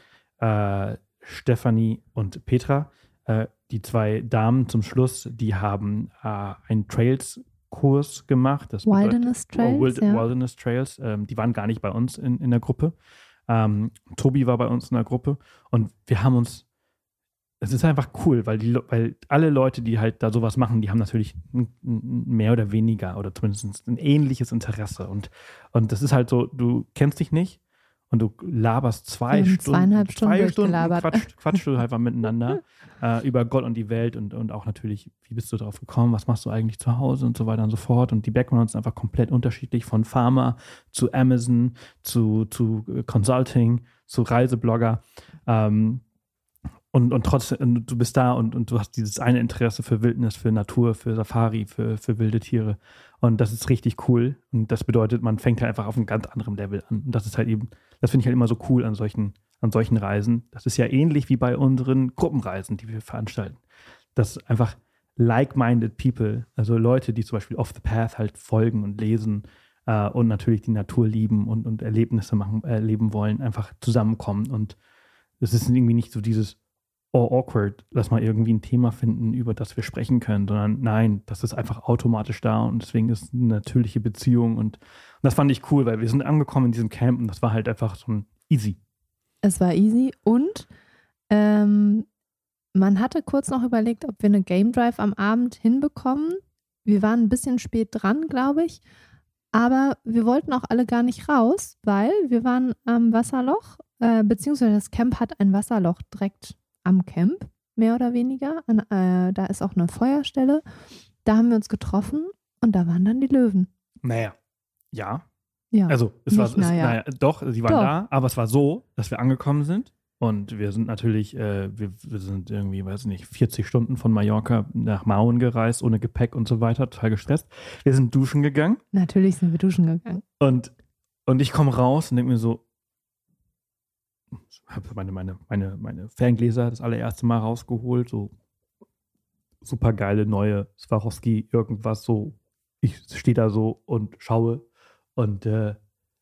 Speaker 1: äh, Stefanie und Petra. Äh, die zwei Damen zum Schluss, die haben äh, einen Trails-Kurs gemacht. Das bedeutet-
Speaker 2: Wilderness Trails,
Speaker 1: Oh, Wild,
Speaker 2: ja.
Speaker 1: Wilderness Trails. Ähm, die waren gar nicht bei uns in, in der Gruppe. Ähm, Tobi war bei uns in der Gruppe und wir haben uns, es ist einfach cool, weil, die, Le- weil alle Leute, die halt da sowas machen, die haben natürlich ein, ein mehr oder weniger oder zumindest ein ähnliches Interesse. Und, und das ist halt so, du kennst dich nicht und du laberst zwei
Speaker 2: Wir haben
Speaker 1: Stunden,
Speaker 2: zweieinhalb Stunden
Speaker 1: zwei Stunden
Speaker 2: durchgelabert.
Speaker 1: quatsch, quatschst du einfach miteinander äh, über Gott und die Welt und, und auch natürlich, wie bist du drauf gekommen, was machst du eigentlich zu Hause und so weiter und so fort. Und die Backgrounds sind einfach komplett unterschiedlich, von Pharma zu Amazon, zu, zu äh, Consulting, zu Reiseblogger. Ähm, und, und trotzdem, du bist da und, und du hast dieses eine Interesse für Wildnis, für Natur, für Safari, für, für wilde Tiere. Und das ist richtig cool. Und das bedeutet, man fängt halt einfach auf einem ganz anderen Level an. Und das ist halt eben, das finde ich halt immer so cool an solchen, an solchen Reisen. Das ist ja ähnlich wie bei unseren Gruppenreisen, die wir veranstalten. Dass einfach like-minded people, also Leute, die zum Beispiel Off the Path halt folgen und lesen äh, und natürlich die Natur lieben und, und Erlebnisse machen, erleben wollen, einfach zusammenkommen. Und es ist irgendwie nicht so dieses oh, awkward, lass mal irgendwie ein Thema finden, über das wir sprechen können, sondern nein, das ist einfach automatisch da und deswegen ist eine natürliche Beziehung und, und das fand ich cool, weil wir sind angekommen in diesem Camp und das war halt einfach so ein easy.
Speaker 2: Es war easy und ähm, man hatte kurz noch überlegt, ob wir eine Game Drive am Abend hinbekommen. Wir waren ein bisschen spät dran, glaube ich, aber wir wollten auch alle gar nicht raus, weil wir waren am Wasserloch, äh, beziehungsweise das Camp hat ein Wasserloch direkt am Camp, mehr oder weniger. An, äh, da ist auch eine Feuerstelle. Da haben wir uns getroffen und da waren dann die Löwen.
Speaker 1: Naja, ja.
Speaker 2: Ja.
Speaker 1: Also es war,
Speaker 2: Nicht
Speaker 1: es,
Speaker 2: naja.
Speaker 1: naja, doch, sie waren
Speaker 2: Doch.
Speaker 1: da, aber es war so, dass wir angekommen sind und wir sind natürlich, äh, wir, wir sind irgendwie, weiß ich nicht, vierzig Stunden von Mallorca nach Mauen gereist, ohne Gepäck und so weiter, total gestresst. Wir sind duschen gegangen
Speaker 2: Natürlich sind wir duschen gegangen.
Speaker 1: und, und ich komme raus und denke mir so, habe meine, meine, meine, meine Ferngläser das allererste Mal rausgeholt, so super geile neue Swarovski, irgendwas so. Ich stehe da so und schaue und äh,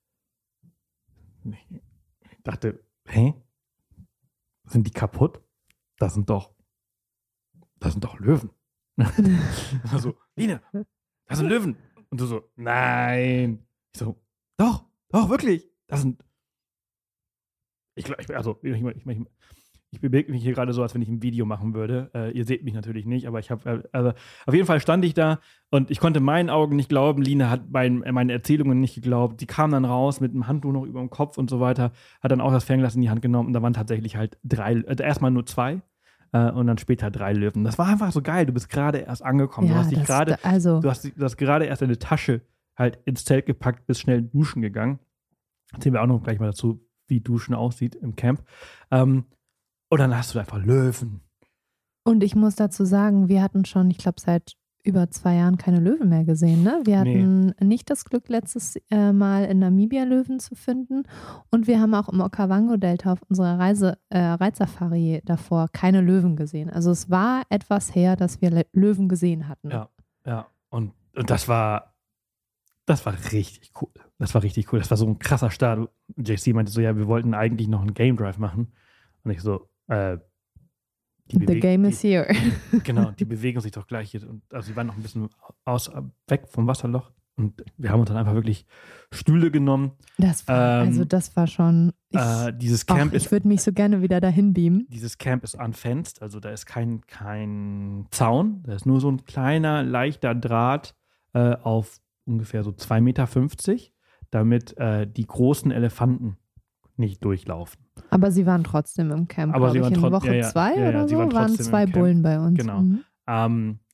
Speaker 1: ich dachte, hä? Sind die kaputt? Das sind doch, das sind doch Löwen. Also, Line, das sind Löwen. Und du so, nein. Ich so, doch, doch, wirklich. Das sind Ich glaube, ich, also, ich, ich, ich, ich bewege mich hier gerade so, als wenn ich ein Video machen würde. Äh, ihr seht mich natürlich nicht, aber ich habe, äh, also auf jeden Fall stand ich da und ich konnte meinen Augen nicht glauben. Lina hat mein, meine Erzählungen nicht geglaubt. Die kam dann raus mit einem Handtuch noch über dem Kopf und so weiter, hat dann auch das Fernglas in die Hand genommen und da waren tatsächlich halt drei, äh, erstmal nur zwei äh, und dann später drei Löwen. Das war einfach so geil. Du bist gerade erst angekommen.
Speaker 2: Ja,
Speaker 1: du hast dich
Speaker 2: das-
Speaker 1: gerade,
Speaker 2: also
Speaker 1: du hast, du hast gerade erst deine Tasche halt ins Zelt gepackt, bist schnell duschen gegangen. Erzählen wir auch noch gleich mal dazu, wie Duschen aussieht im Camp. Ähm, und dann hast du einfach Löwen.
Speaker 2: und ich muss dazu sagen, wir hatten schon, ich glaube, seit über zwei Jahren keine Löwen mehr gesehen. Ne? Wir hatten nicht das Glück, letztes äh, Mal in Namibia Löwen zu finden. Und wir haben auch im Okavango-Delta auf unserer Reise, äh, Reitsafari davor keine Löwen gesehen. Also es war etwas her, dass wir Le- Löwen gesehen hatten.
Speaker 1: Ja, ja. Und, und das war, das war richtig cool. Das war richtig cool. Das war so ein krasser Start. J C meinte so, ja, wir wollten eigentlich noch einen Game Drive machen. Und ich so, äh, die
Speaker 2: The
Speaker 1: beweg-
Speaker 2: game is here.
Speaker 1: Die, genau, die bewegen sich doch gleich hier. Und, also sie waren noch ein bisschen aus, weg vom Wasserloch. Und wir haben uns dann einfach wirklich Stühle genommen.
Speaker 2: Das war,
Speaker 1: Ähm,
Speaker 2: also das war schon, ich,
Speaker 1: Äh, dieses
Speaker 2: ach,
Speaker 1: Camp
Speaker 2: ich
Speaker 1: ist
Speaker 2: würde mich so gerne wieder dahin beamen.
Speaker 1: Dieses Camp ist unfenced, also da ist kein, kein Zaun, da ist nur so ein kleiner, leichter Draht äh, auf ungefähr so zwei Meter fünfzig, damit äh, die großen Elefanten nicht durchlaufen.
Speaker 2: Aber sie waren trotzdem im Camp,
Speaker 1: Aber
Speaker 2: glaube
Speaker 1: sie
Speaker 2: ich,
Speaker 1: waren
Speaker 2: in
Speaker 1: trot-
Speaker 2: Woche
Speaker 1: ja, ja,
Speaker 2: zwei
Speaker 1: ja, ja,
Speaker 2: oder
Speaker 1: sie
Speaker 2: so,
Speaker 1: waren
Speaker 2: waren
Speaker 1: trotzdem im
Speaker 2: zwei
Speaker 1: Camp.
Speaker 2: Bullen bei uns.
Speaker 1: Genau.
Speaker 2: Mhm.
Speaker 1: Ähm,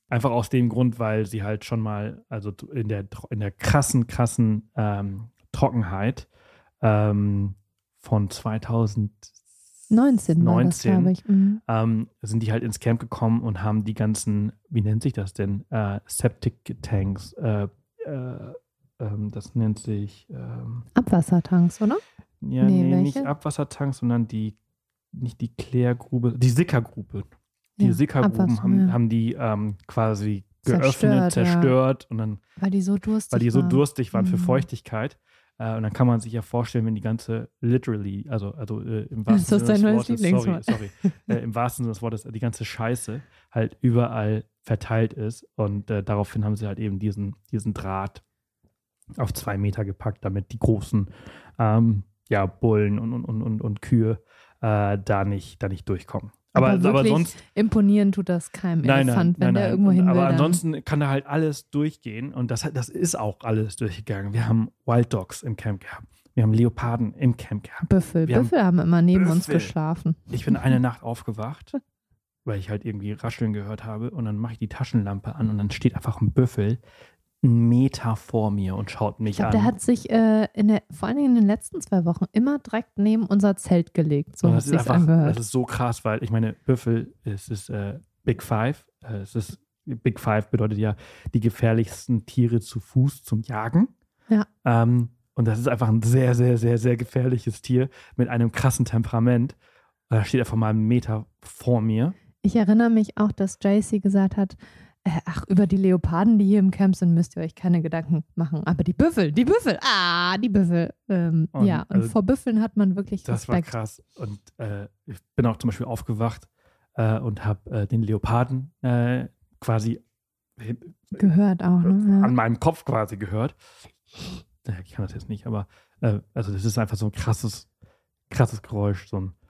Speaker 1: einfach aus dem Grund, weil sie halt schon mal, also in der, in der krassen, krassen ähm, Trockenheit ähm, von zwanzig
Speaker 2: neunzehn war das,
Speaker 1: neunzehn
Speaker 2: glaube ich. Mhm.
Speaker 1: ähm, sind die halt ins Camp gekommen und haben die ganzen, wie nennt sich das denn, äh, Septic Tanks, äh, äh, ähm, das nennt sich ähm,
Speaker 2: Abwassertanks, oder?
Speaker 1: ja,
Speaker 2: Nee,
Speaker 1: nee, nicht
Speaker 2: welche?
Speaker 1: Abwassertanks, sondern die, nicht die Klärgrube, die Sickergrube. Die
Speaker 2: Ja,
Speaker 1: Sickergruben
Speaker 2: Abwasser,
Speaker 1: haben,
Speaker 2: ja.
Speaker 1: haben die ähm, quasi geöffnet,
Speaker 2: Zerstört, ja.
Speaker 1: zerstört und dann,
Speaker 2: Weil die so durstig
Speaker 1: weil die so
Speaker 2: waren.
Speaker 1: durstig waren für
Speaker 2: Mhm.
Speaker 1: Feuchtigkeit. Äh, und dann kann man sich ja vorstellen, wenn die ganze, literally, also, also äh, im
Speaker 2: Ist
Speaker 1: wahrsten
Speaker 2: das
Speaker 1: Sinne
Speaker 2: dein
Speaker 1: des
Speaker 2: neues
Speaker 1: Wortes, sorry,
Speaker 2: Lieblingswort?
Speaker 1: sorry, äh, im wahrsten Sinne des Wortes, die ganze Scheiße halt überall verteilt ist. Und äh, daraufhin haben sie halt eben diesen, diesen Draht auf zwei Meter gepackt, damit die großen ähm, ja, Bullen und, und, und, und, und Kühe äh, da, nicht, da nicht durchkommen. Aber,
Speaker 2: Aber
Speaker 1: aber
Speaker 2: wirklich
Speaker 1: sonst.
Speaker 2: imponieren tut das keinem
Speaker 1: Nein,
Speaker 2: Elefant,
Speaker 1: nein,
Speaker 2: wenn
Speaker 1: nein,
Speaker 2: der
Speaker 1: nein.
Speaker 2: irgendwo
Speaker 1: Und,
Speaker 2: hin will.
Speaker 1: aber
Speaker 2: dann-
Speaker 1: ansonsten kann da halt alles durchgehen und das, das ist auch alles durchgegangen. Wir haben Wild Dogs im Camp gehabt. Wir haben Leoparden im Camp gehabt.
Speaker 2: Büffel.
Speaker 1: Wir haben
Speaker 2: Büffel haben immer neben uns
Speaker 1: Büffel.
Speaker 2: geschlafen.
Speaker 1: Ich bin eine Nacht aufgewacht, weil ich halt irgendwie Rascheln gehört habe und dann mache ich die Taschenlampe an und dann steht einfach ein Büffel einen Meter vor mir und schaut mich
Speaker 2: Ich glaube,
Speaker 1: an.
Speaker 2: der hat sich äh, in der, vor allen Dingen in den letzten zwei Wochen immer direkt neben unser Zelt gelegt. So
Speaker 1: Und
Speaker 2: hat
Speaker 1: das ist
Speaker 2: sich's
Speaker 1: einfach,
Speaker 2: angehört.
Speaker 1: das ist so krass, weil ich meine, Büffel, es ist äh, Big Five. Äh, es ist, Big Five bedeutet ja die gefährlichsten Tiere zu Fuß zum Jagen.
Speaker 2: Ja.
Speaker 1: Ähm, und das ist einfach ein sehr, sehr, sehr, sehr gefährliches Tier mit einem krassen Temperament. Und da steht einfach mal einen Meter vor mir.
Speaker 2: Ich erinnere mich auch, dass J C gesagt hat, äh, ach, über die Leoparden, die hier im Camp sind, müsst ihr euch keine Gedanken machen. Aber die Büffel, die Büffel, ah, die Büffel. Ähm,
Speaker 1: Und,
Speaker 2: ja, und
Speaker 1: also,
Speaker 2: vor Büffeln hat man wirklich
Speaker 1: Das war
Speaker 2: Respekt.
Speaker 1: krass. Und äh, ich bin auch zum Beispiel aufgewacht äh, und habe äh, den Leoparden äh, quasi
Speaker 2: Gehört auch, ne?
Speaker 1: an meinem Kopf quasi gehört. Ich kann das jetzt nicht, aber äh, also das ist einfach so ein krasses, krasses Geräusch, so ein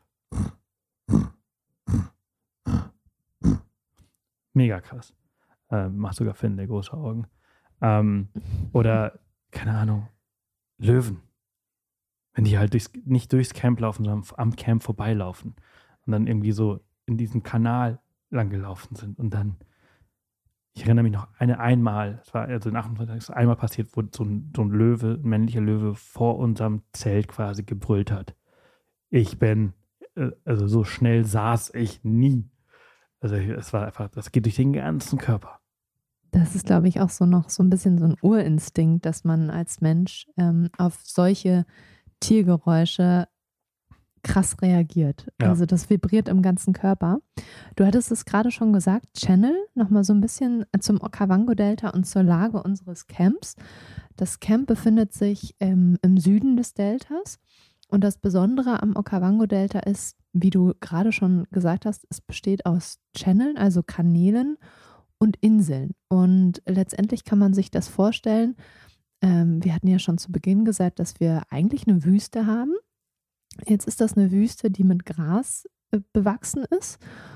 Speaker 1: mega krass. Äh, macht sogar Finn, der große Augen. Ähm, oder, keine Ahnung, Löwen. Wenn die halt durchs, nicht durchs Camp laufen, sondern am Camp vorbeilaufen und dann irgendwie so in diesem Kanal lang gelaufen sind und dann, ich erinnere mich noch eine einmal, es war also in achtundzwanzig, ist einmal passiert, wo so ein, so ein Löwe, ein männlicher Löwe vor unserem Zelt quasi gebrüllt hat. Ich bin, äh, also so schnell saß ich nie. Also es war einfach, das geht durch den ganzen Körper.
Speaker 2: Das ist, glaube ich, auch so noch so ein bisschen so ein Urinstinkt, dass man als Mensch ähm, auf solche Tiergeräusche krass reagiert.
Speaker 1: Ja.
Speaker 2: Also das vibriert im ganzen Körper. Du hattest es gerade schon gesagt, Channel, nochmal so ein bisschen zum Okavango-Delta und zur Lage unseres Camps. Das Camp befindet sich ähm, im Süden des Deltas und das Besondere am Okavango-Delta ist, wie du gerade schon gesagt hast, es besteht aus Channeln, also Kanälen und Inseln. Und letztendlich kann man sich das vorstellen, ähm, wir hatten ja schon zu Beginn gesagt, dass wir eigentlich eine Wüste haben. Jetzt ist das eine Wüste, die mit Gras äh, bewachsen ist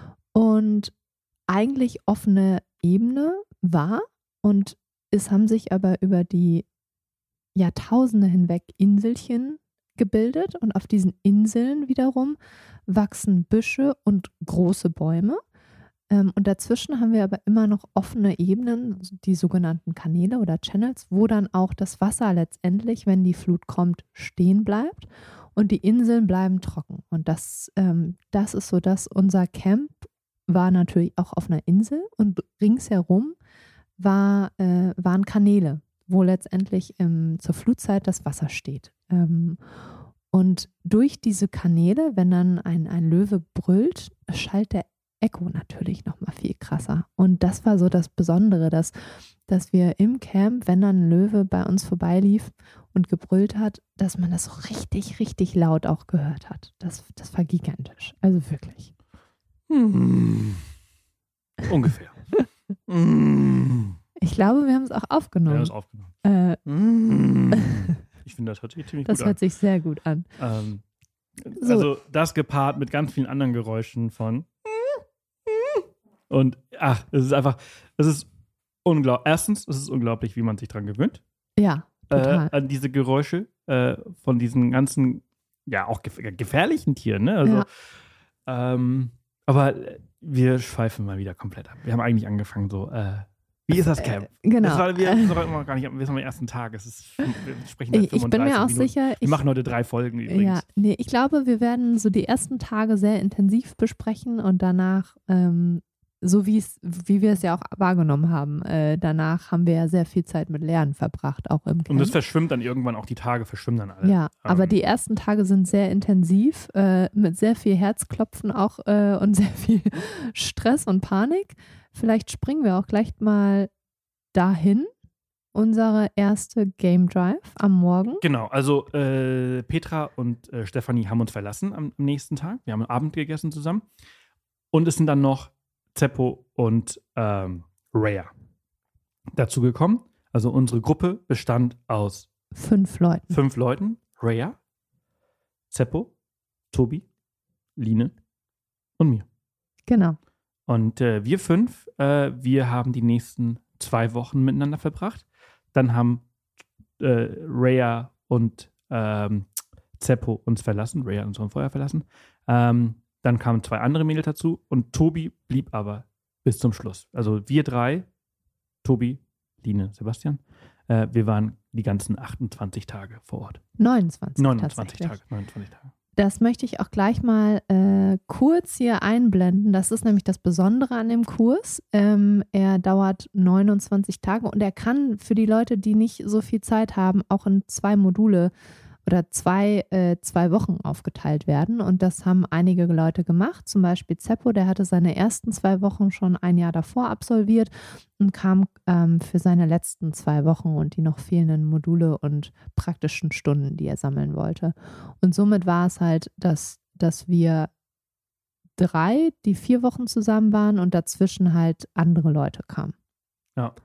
Speaker 2: und eigentlich offene Ebene war. Und es haben sich aber über die Jahrtausende hinweg Inselchen gebildet. Und auf diesen Inseln wiederum wachsen Büsche und große Bäume. Ähm, und dazwischen haben wir aber immer noch offene Ebenen, die sogenannten Kanäle oder Channels, wo dann auch das Wasser letztendlich, wenn die Flut kommt, stehen bleibt. Und die Inseln bleiben trocken. Und das, ähm, das ist so, dass unser Camp war natürlich auch auf einer Insel und ringsherum war, äh, waren Kanäle, wo letztendlich ähm, zur Flutzeit das Wasser steht. Ähm, und durch diese Kanäle, wenn dann ein, ein Löwe brüllt, schallt der Echo natürlich nochmal viel krasser. Und das war so das Besondere, dass, dass wir im Camp, wenn dann ein Löwe bei uns vorbeilief und gebrüllt hat, dass man das so richtig, richtig laut auch gehört hat. Das, das war gigantisch. Also wirklich.
Speaker 1: Hm. Ungefähr. hm.
Speaker 2: Ich glaube, wir haben es auch aufgenommen.
Speaker 1: Wir haben es aufgenommen.
Speaker 2: Äh,
Speaker 1: hm. Ich finde, das hört sich ziemlich
Speaker 2: das
Speaker 1: gut
Speaker 2: hört
Speaker 1: an.
Speaker 2: sich sehr gut an.
Speaker 1: Ähm,
Speaker 2: So.
Speaker 1: Also das gepaart mit ganz vielen anderen Geräuschen von und ach, es ist einfach, es ist unglaublich. Erstens, es ist unglaublich, wie man sich dran gewöhnt.
Speaker 2: Ja, total.
Speaker 1: Äh, an diese Geräusche äh, von diesen ganzen, ja, auch gef gefährlichen Tieren, ne? Also,
Speaker 2: Ja.
Speaker 1: ähm, aber wir schweifen mal wieder komplett ab. Wir haben eigentlich angefangen so, äh, wie ist das Camp?
Speaker 2: Äh, genau.
Speaker 1: Das war, wir sind noch gar nicht, wir sind am ersten Tag. Es ist, wir sprechen
Speaker 2: ich, ich bin mir auch
Speaker 1: Minuten.
Speaker 2: sicher.
Speaker 1: Wir
Speaker 2: ich,
Speaker 1: machen heute drei Folgen übrigens.
Speaker 2: Ja, nee, ich glaube, wir werden so die ersten Tage sehr intensiv besprechen und danach, ähm, so wie es, wie wir es ja auch wahrgenommen haben, äh, danach haben wir ja sehr viel Zeit mit Lernen verbracht, auch im Camp.
Speaker 1: Und das verschwimmt dann irgendwann, auch die Tage verschwimmen dann alle.
Speaker 2: Ja,
Speaker 1: ähm.
Speaker 2: aber die ersten Tage sind sehr intensiv, äh, mit sehr viel Herzklopfen auch äh, und sehr viel Stress und Panik. Vielleicht springen wir auch gleich mal dahin, unsere erste Game Drive am Morgen.
Speaker 1: Genau, also äh, Petra und äh, Stefanie haben uns verlassen am, am nächsten Tag. Wir haben Abend gegessen zusammen. Und es sind dann noch Zeppo und ähm, Rhea dazu gekommen. Also unsere Gruppe bestand aus
Speaker 2: fünf Leuten.
Speaker 1: Fünf Leuten. Rhea, Zeppo, Tobi, Line und mir.
Speaker 2: Genau.
Speaker 1: Und äh, wir fünf, äh, wir haben die nächsten zwei Wochen miteinander verbracht. Dann haben äh, Rhea und ähm, Zeppo uns verlassen. Rhea hat uns schon vorher verlassen. Ähm, dann kamen zwei andere Mädels dazu und Tobi blieb aber bis zum Schluss. Also wir drei, Tobi, Line, Sebastian, äh, wir waren die ganzen achtundzwanzig Tage vor Ort.
Speaker 2: neunundzwanzig,
Speaker 1: neunundzwanzig Tage. neunundzwanzig Tage.
Speaker 2: Das möchte ich auch gleich mal äh, kurz hier einblenden. Das ist nämlich das Besondere an dem Kurs. Ähm, er dauert neunundzwanzig Tage und er kann für die Leute, die nicht so viel Zeit haben, auch in zwei Module oder zwei, äh, zwei Wochen aufgeteilt werden. Und das haben einige Leute gemacht. Zum Beispiel Zeppo, der hatte seine ersten zwei Wochen schon ein Jahr davor absolviert und kam ähm, für seine letzten zwei Wochen und die noch fehlenden Module und praktischen Stunden, die er sammeln wollte. Und somit war es halt, dass, dass wir drei, die vier Wochen zusammen waren und dazwischen halt andere Leute kamen.
Speaker 1: Ja.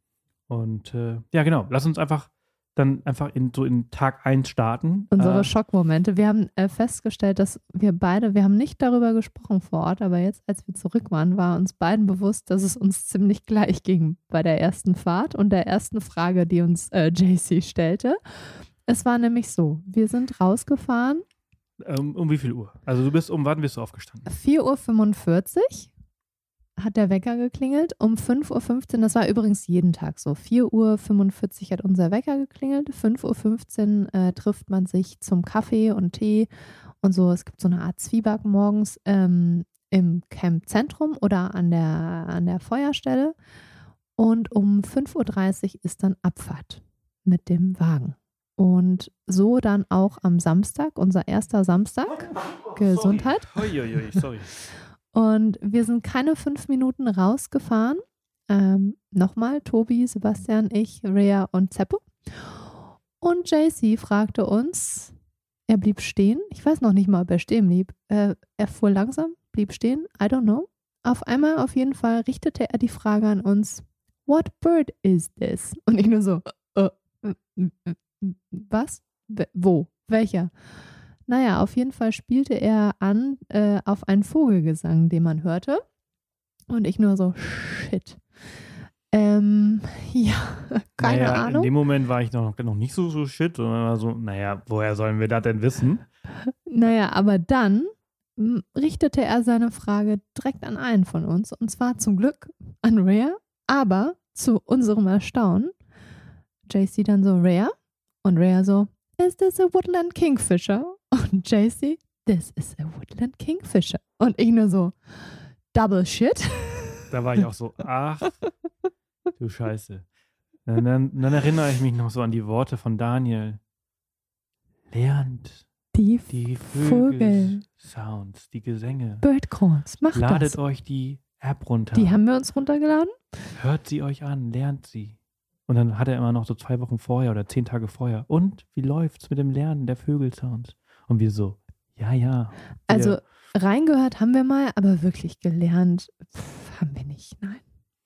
Speaker 1: Und äh, ja, genau. Lass uns einfach dann einfach in so in Tag eins starten.
Speaker 2: Unsere
Speaker 1: äh,
Speaker 2: Schockmomente. Wir haben äh, festgestellt, dass wir beide, wir haben nicht darüber gesprochen vor Ort, aber jetzt, als wir zurück waren, war uns beiden bewusst, dass es uns ziemlich gleich ging bei der ersten Fahrt und der ersten Frage, die uns äh, J C stellte. Es war nämlich so, wir sind rausgefahren.
Speaker 1: Um, um wie viel Uhr? Also du bist, um wann bist du aufgestanden?
Speaker 2: vier Uhr fünfundvierzig hat der Wecker geklingelt, um fünf Uhr fünfzehn, das war übrigens jeden Tag so, vier Uhr fünfundvierzig hat unser Wecker geklingelt, fünf Uhr fünfzehn äh, trifft man sich zum Kaffee und Tee und so, es gibt so eine Art Zwieback morgens ähm, im Campzentrum oder an der, an der Feuerstelle und um fünf Uhr dreißig ist dann Abfahrt mit dem Wagen. Und so dann auch am Samstag, unser erster Samstag,
Speaker 1: oh,
Speaker 2: Gesundheit.
Speaker 1: Sorry. Ui, ui, sorry.
Speaker 2: Und wir sind keine fünf Minuten rausgefahren. Ähm, nochmal, Tobi, Sebastian, ich, Rhea und Zeppo. Und J C fragte uns, er blieb stehen. Ich weiß noch nicht mal, ob er stehen blieb. Äh, er fuhr langsam, blieb stehen, I don't know. Auf einmal, auf jeden Fall, richtete er die Frage an uns, what bird is this? Und ich nur so, äh, äh, was? Wo? Welcher? Naja, auf jeden Fall spielte er an äh, auf einen Vogelgesang, den man hörte. Und ich nur so, shit. Ähm, ja, keine
Speaker 1: naja,
Speaker 2: Ahnung.
Speaker 1: In dem Moment war ich noch, noch nicht so, so shit, sondern war so, naja, woher sollen wir das denn wissen?
Speaker 2: Naja, aber dann m, richtete er seine Frage direkt an einen von uns. Und zwar zum Glück an Rhea, aber zu unserem Erstaunen, J C dann so, Rhea? Und Rhea so, is this a woodland kingfisher? Und J C, this is a woodland kingfisher. Und ich nur so, double shit.
Speaker 1: Da war ich auch so, ach, du Scheiße. Und dann, dann erinnere ich mich noch so an die Worte von Daniel. Lernt
Speaker 2: die,
Speaker 1: die
Speaker 2: Vogel.
Speaker 1: Sounds, die Gesänge.
Speaker 2: Birdcalls, macht
Speaker 1: Ladet
Speaker 2: das.
Speaker 1: euch die App runter.
Speaker 2: Die haben wir uns runtergeladen.
Speaker 1: Hört sie euch an, lernt sie. Und dann hat er immer noch so zwei Wochen vorher oder zehn Tage vorher. Und wie läuft's mit dem Lernen der Vögelsounds? Und wir so, ja, ja.
Speaker 2: Also reingehört haben wir mal, aber wirklich gelernt pff, haben wir nicht, nein.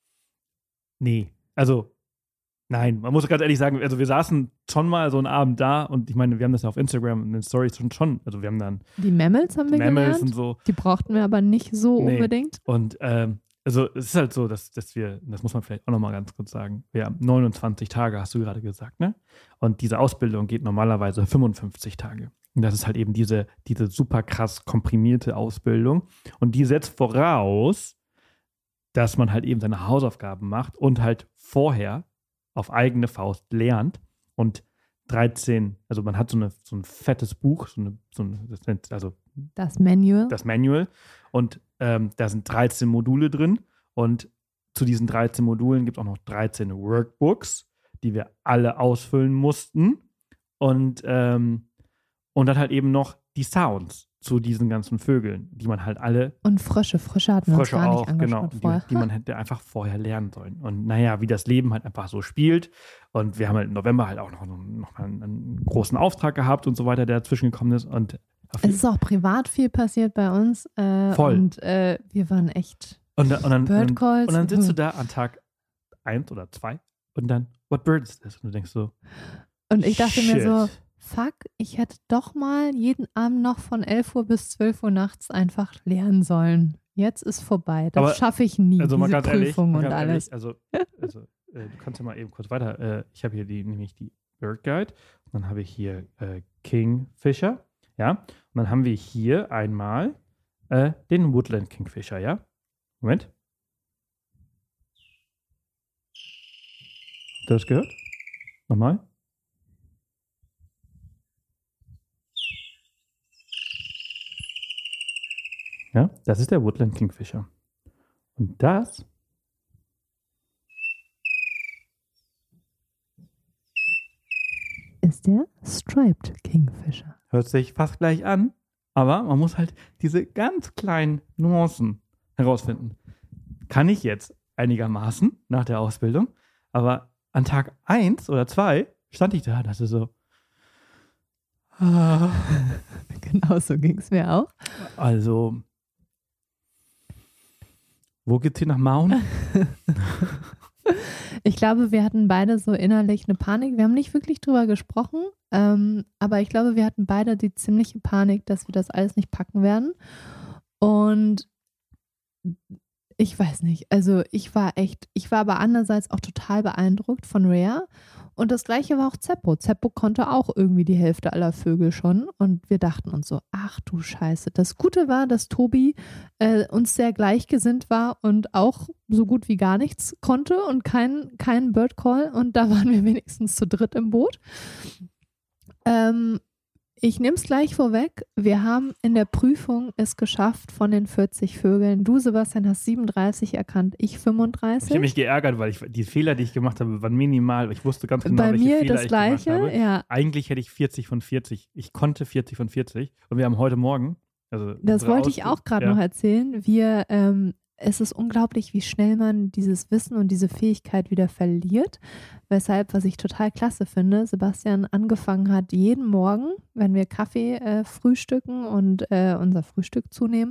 Speaker 1: Nee, also nein, man muss ganz ehrlich sagen, also wir saßen schon mal so einen Abend da und ich meine, wir haben das ja auf Instagram in den Stories schon, schon also wir haben dann
Speaker 2: die Mammals haben wir
Speaker 1: Mammals
Speaker 2: gelernt,
Speaker 1: und so.
Speaker 2: Die brauchten wir aber nicht so
Speaker 1: nee.
Speaker 2: unbedingt.
Speaker 1: Und ähm, also es ist halt so, dass, dass wir, das muss man vielleicht auch nochmal ganz kurz sagen, wir haben neunundzwanzig Tage, hast du gerade gesagt, ne? Und diese Ausbildung geht normalerweise fünfundfünfzig Tage. Und das ist halt eben diese, diese super krass komprimierte Ausbildung. Und die setzt voraus, dass man halt eben seine Hausaufgaben macht und halt vorher auf eigene Faust lernt. Und dreizehn, also man hat so, eine, so ein fettes Buch, so eine, so eine, das nennt, also
Speaker 2: das Manual.
Speaker 1: Das Manual. Und ähm, da sind dreizehn Module drin. Und zu diesen dreizehn Modulen gibt es auch noch dreizehn Workbooks, die wir alle ausfüllen mussten. Und, ähm, und dann halt eben noch die Sounds zu diesen ganzen Vögeln, die man halt alle.
Speaker 2: Und Frösche, Frösche hatten wir uns gar nicht angeschaut
Speaker 1: genau,
Speaker 2: vorher.
Speaker 1: Die, die man hätte einfach vorher lernen sollen. Und naja, wie das Leben halt einfach so spielt. Und wir haben halt im November halt auch noch, noch mal einen, einen großen Auftrag gehabt und so weiter, der dazwischen gekommen ist. Und
Speaker 2: es ist auch privat viel passiert bei uns. Äh,
Speaker 1: Voll.
Speaker 2: Und äh, wir waren echt
Speaker 1: und, und dann,
Speaker 2: Bird Calls.
Speaker 1: Und dann sitzt du da an Tag eins oder zwei und dann, what bird is this? Und du denkst so,
Speaker 2: und ich dachte
Speaker 1: shit.
Speaker 2: mir so, fuck, ich hätte doch mal jeden Abend noch von elf Uhr bis zwölf Uhr nachts einfach lernen sollen. Jetzt ist vorbei. Das schaffe ich nie,
Speaker 1: also
Speaker 2: diese
Speaker 1: ganz
Speaker 2: Prüfung
Speaker 1: ehrlich,
Speaker 2: und alles.
Speaker 1: Ehrlich, also, also äh, du kannst ja mal eben kurz weiter. Äh, ich habe hier die, nämlich die Bird Guide. Und dann habe ich hier äh, Kingfisher. Ja. Und dann haben wir hier einmal äh, den Woodland Kingfisher, ja. Moment. Habt ihr das gehört? Nochmal. Ja, das ist der Woodland Kingfisher. Und das
Speaker 2: ist der Striped Kingfisher.
Speaker 1: Hört sich fast gleich an, aber man muss halt diese ganz kleinen Nuancen herausfinden. Kann ich jetzt einigermaßen nach der Ausbildung, aber an Tag eins oder zwei stand ich da, das ist so. Ah.
Speaker 2: Genau so ging es mir auch.
Speaker 1: Also, wo geht's hier nach Maun?
Speaker 2: Ich glaube, wir hatten beide so innerlich eine Panik. Wir haben nicht wirklich drüber gesprochen, ähm, aber ich glaube, wir hatten beide die ziemliche Panik, dass wir das alles nicht packen werden. Und ich weiß nicht, also ich war echt, ich war aber andererseits auch total beeindruckt von Rhea. Und das Gleiche war auch Zeppo. Zeppo konnte auch irgendwie die Hälfte aller Vögel schon. Und wir dachten uns so, ach du Scheiße. Das Gute war, dass Tobi äh, uns sehr gleichgesinnt war und auch so gut wie gar nichts konnte und kein, kein Bird Call. Und da waren wir wenigstens zu dritt im Boot. Ähm, Ich nehme es gleich vorweg. Wir haben in der Prüfung es geschafft von den vierzig Vögeln. Du, Sebastian, hast siebenunddreißig erkannt, ich fünfunddreißig.
Speaker 1: Ich habe mich geärgert, weil ich die Fehler, die ich gemacht habe, waren minimal. Ich wusste ganz genau,
Speaker 2: Bei
Speaker 1: welche
Speaker 2: mir
Speaker 1: Fehler
Speaker 2: das
Speaker 1: ich
Speaker 2: Gleiche,
Speaker 1: gemacht habe.
Speaker 2: ja.
Speaker 1: Eigentlich hätte ich vierzig von vierzig. Ich konnte vierzig von vierzig. Und wir haben heute Morgen. Also
Speaker 2: das wollte ich auch gerade
Speaker 1: ja.
Speaker 2: noch erzählen. Wir, ähm, es ist unglaublich, wie schnell man dieses Wissen und diese Fähigkeit wieder verliert. Weshalb, was ich total klasse finde, Sebastian angefangen hat, jeden Morgen, wenn wir Kaffee äh, frühstücken und äh, unser Frühstück zunehmen,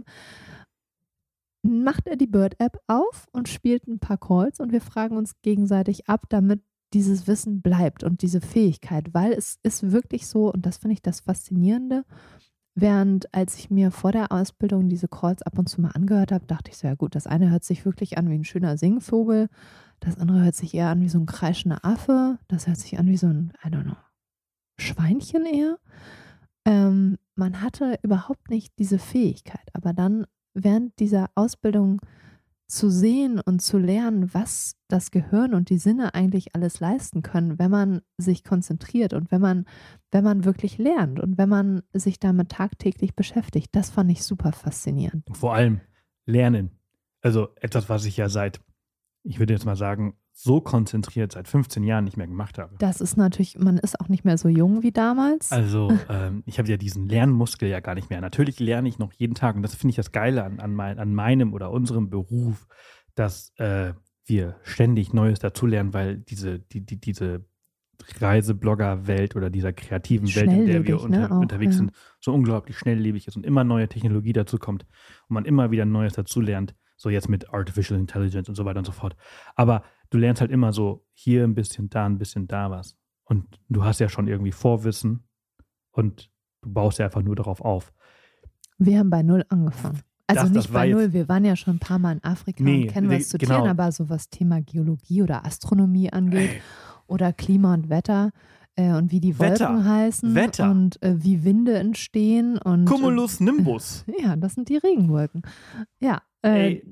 Speaker 2: macht er die Bird-App auf und spielt ein paar Calls und wir fragen uns gegenseitig ab, damit dieses Wissen bleibt und diese Fähigkeit, weil es ist wirklich so, und das finde ich das Faszinierende, während als ich mir vor der Ausbildung diese Calls ab und zu mal angehört habe, dachte ich so, ja gut, das eine hört sich wirklich an wie ein schöner Singvogel, das andere hört sich eher an wie so ein kreischender Affe, das hört sich an wie so ein, I don't know, Schweinchen eher. Ähm, man hatte überhaupt nicht diese Fähigkeit, aber dann während dieser Ausbildung zu sehen und zu lernen, was das Gehirn und die Sinne eigentlich alles leisten können, wenn man sich konzentriert und wenn man, wenn man wirklich lernt und wenn man sich damit tagtäglich beschäftigt, das fand ich super faszinierend.
Speaker 1: Vor allem lernen. Also etwas, was ich ja seit, ich würde jetzt mal sagen, so konzentriert seit fünfzehn Jahren nicht mehr gemacht habe.
Speaker 2: Das ist natürlich, man ist auch nicht mehr so jung wie damals.
Speaker 1: Also ähm, ich habe ja diesen Lernmuskel ja gar nicht mehr. Natürlich lerne ich noch jeden Tag und das finde ich das Geile an, an, mein, an meinem oder unserem Beruf, dass äh, wir ständig Neues dazulernen, weil diese, die, die, diese Reiseblogger-Welt oder dieser kreativen Welt, in der wir unter,
Speaker 2: ne, auch,
Speaker 1: unterwegs
Speaker 2: ja.
Speaker 1: sind, so unglaublich schnelllebig ist und immer neue Technologie dazu kommt und man immer wieder Neues dazulernt. So jetzt mit Artificial Intelligence und so weiter und so fort. Aber du lernst halt immer so hier ein bisschen, da ein bisschen, da was. Und du hast ja schon irgendwie Vorwissen und du baust ja einfach nur darauf auf.
Speaker 2: Wir haben bei Null angefangen. Also
Speaker 1: das,
Speaker 2: nicht
Speaker 1: das
Speaker 2: bei
Speaker 1: jetzt,
Speaker 2: Null, wir waren ja schon ein paar Mal in Afrika
Speaker 1: nee,
Speaker 2: und kennen was zu
Speaker 1: genau.
Speaker 2: Tieren, aber so was Thema Geologie oder Astronomie angeht
Speaker 1: Ey.
Speaker 2: oder Klima und Wetter, äh, und wie die
Speaker 1: Wetter.
Speaker 2: Wolken heißen
Speaker 1: Wetter.
Speaker 2: und äh, wie Winde entstehen. Und,
Speaker 1: Cumulus Nimbus.
Speaker 2: Äh, ja, das sind die Regenwolken. Ja. Äh,
Speaker 1: Ey,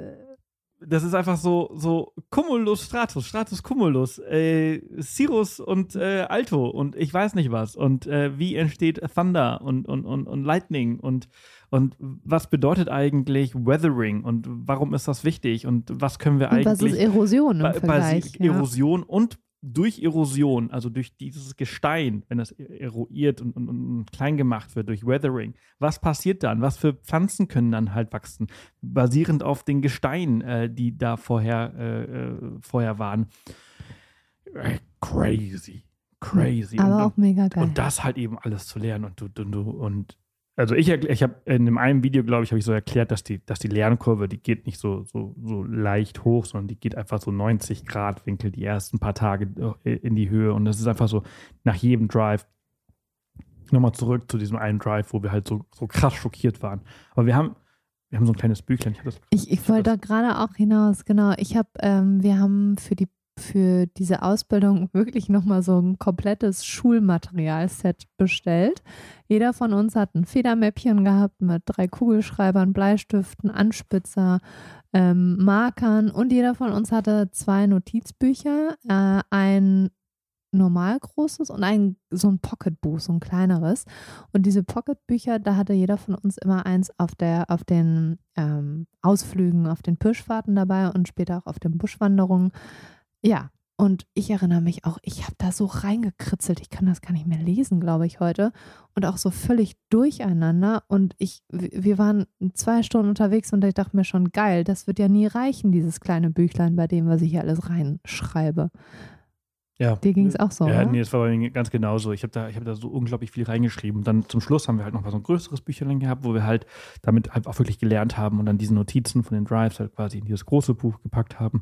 Speaker 1: das ist einfach so, so Cumulus Stratus, Stratus Cumulus, äh, Cirrus und äh, Alto und ich weiß nicht was. Und äh, wie entsteht Thunder und, und, und, und Lightning und, und was bedeutet eigentlich Weathering und warum ist das wichtig und was können wir
Speaker 2: und
Speaker 1: eigentlich.
Speaker 2: Was ist Erosion im
Speaker 1: ba-
Speaker 2: Vergleich?
Speaker 1: basi-
Speaker 2: Ja.
Speaker 1: Erosion und durch Erosion, also durch dieses Gestein, wenn das eroiert und, und, und klein gemacht wird, durch Weathering, was passiert dann? Was für Pflanzen können dann halt wachsen? Basierend auf den Gesteinen, äh, die da vorher, äh, äh, vorher waren. Äh, Crazy. Crazy.
Speaker 2: Aber
Speaker 1: und,
Speaker 2: auch mega geil.
Speaker 1: und das halt eben alles zu lernen und du, du, du und also ich, erkl- ich habe in einem Video, glaube ich, habe ich so erklärt, dass die, dass die Lernkurve, die geht nicht so, so, so leicht hoch, sondern die geht einfach so neunzig Grad Winkel die ersten paar Tage in die Höhe. Und das ist einfach so nach jedem Drive nochmal zurück zu diesem einen Drive, wo wir halt so, so krass schockiert waren. Aber wir haben, wir haben so ein kleines Büchlein. Ich, hab das,
Speaker 2: Ich, ich wollte da gerade auch hinaus, genau. Ich habe, ähm, wir haben für die für diese Ausbildung wirklich nochmal so ein komplettes Schulmaterialset bestellt. Jeder von uns hat ein Federmäppchen gehabt mit drei Kugelschreibern, Bleistiften, Anspitzer, ähm, Markern und jeder von uns hatte zwei Notizbücher, äh, ein normal großes und ein so ein Pocketbuch, so ein kleineres. Und diese Pocketbücher, da hatte jeder von uns immer eins auf der, auf den ähm, Ausflügen, auf den Pirschfahrten dabei und später auch auf den Buschwanderungen. Ja, und ich erinnere mich auch, ich habe da so reingekritzelt, ich kann das gar nicht mehr lesen, glaube ich, heute. Und auch so völlig durcheinander. Und ich, wir waren zwei Stunden unterwegs und ich dachte mir schon, geil, das wird ja nie reichen, dieses kleine Büchlein, bei dem, was ich hier alles reinschreibe.
Speaker 1: Ja.
Speaker 2: Dir ging es auch so,
Speaker 1: Ja,
Speaker 2: oder?
Speaker 1: nee, das war bei mir ganz genauso. Ich habe da, ich hab da so unglaublich viel reingeschrieben. Und dann zum Schluss haben wir halt noch mal so ein größeres Büchlein gehabt, wo wir halt damit halt auch wirklich gelernt haben und dann diese Notizen von den Drives halt quasi in dieses große Buch gepackt haben.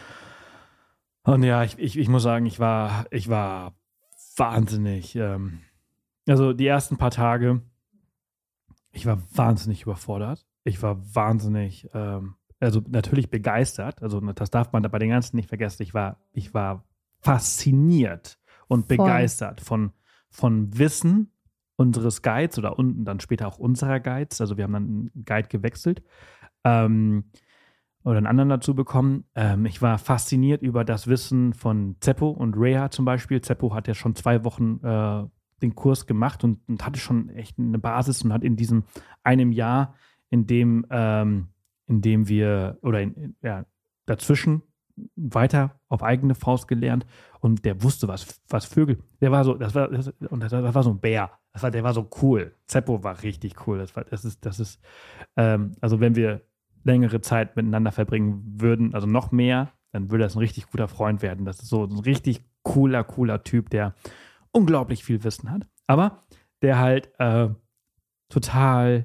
Speaker 1: Und ja, ich, ich, ich muss sagen, ich war, ich war wahnsinnig. Ähm, also die ersten paar Tage, ich war wahnsinnig überfordert. Ich war wahnsinnig, ähm, also natürlich begeistert. Also das darf man bei den Ganzen nicht vergessen. Ich war, ich war fasziniert und
Speaker 2: Voll.
Speaker 1: begeistert von, von Wissen unseres Guides oder unten dann später auch unserer Guides. Also wir haben dann einen Guide gewechselt. Ähm, oder einen anderen dazu bekommen. Ähm, ich war fasziniert über das Wissen von Zeppo und Reha zum Beispiel. Zeppo hat ja schon zwei Wochen äh, den Kurs gemacht und, und hatte schon echt eine Basis und hat in diesem einem Jahr, in dem, ähm, in dem wir, oder in, ja, dazwischen weiter auf eigene Faust gelernt und der wusste, was, was Vögel, der war so, das war, das, und das, das war so ein Bär. Das war, der war so cool. Zeppo war richtig cool. Das war, das ist, das ist, ähm, also wenn wir längere Zeit miteinander verbringen würden, also noch mehr, dann würde das ein richtig guter Freund werden. Das ist so ein richtig cooler, cooler Typ, der unglaublich viel Wissen hat, aber der halt äh, total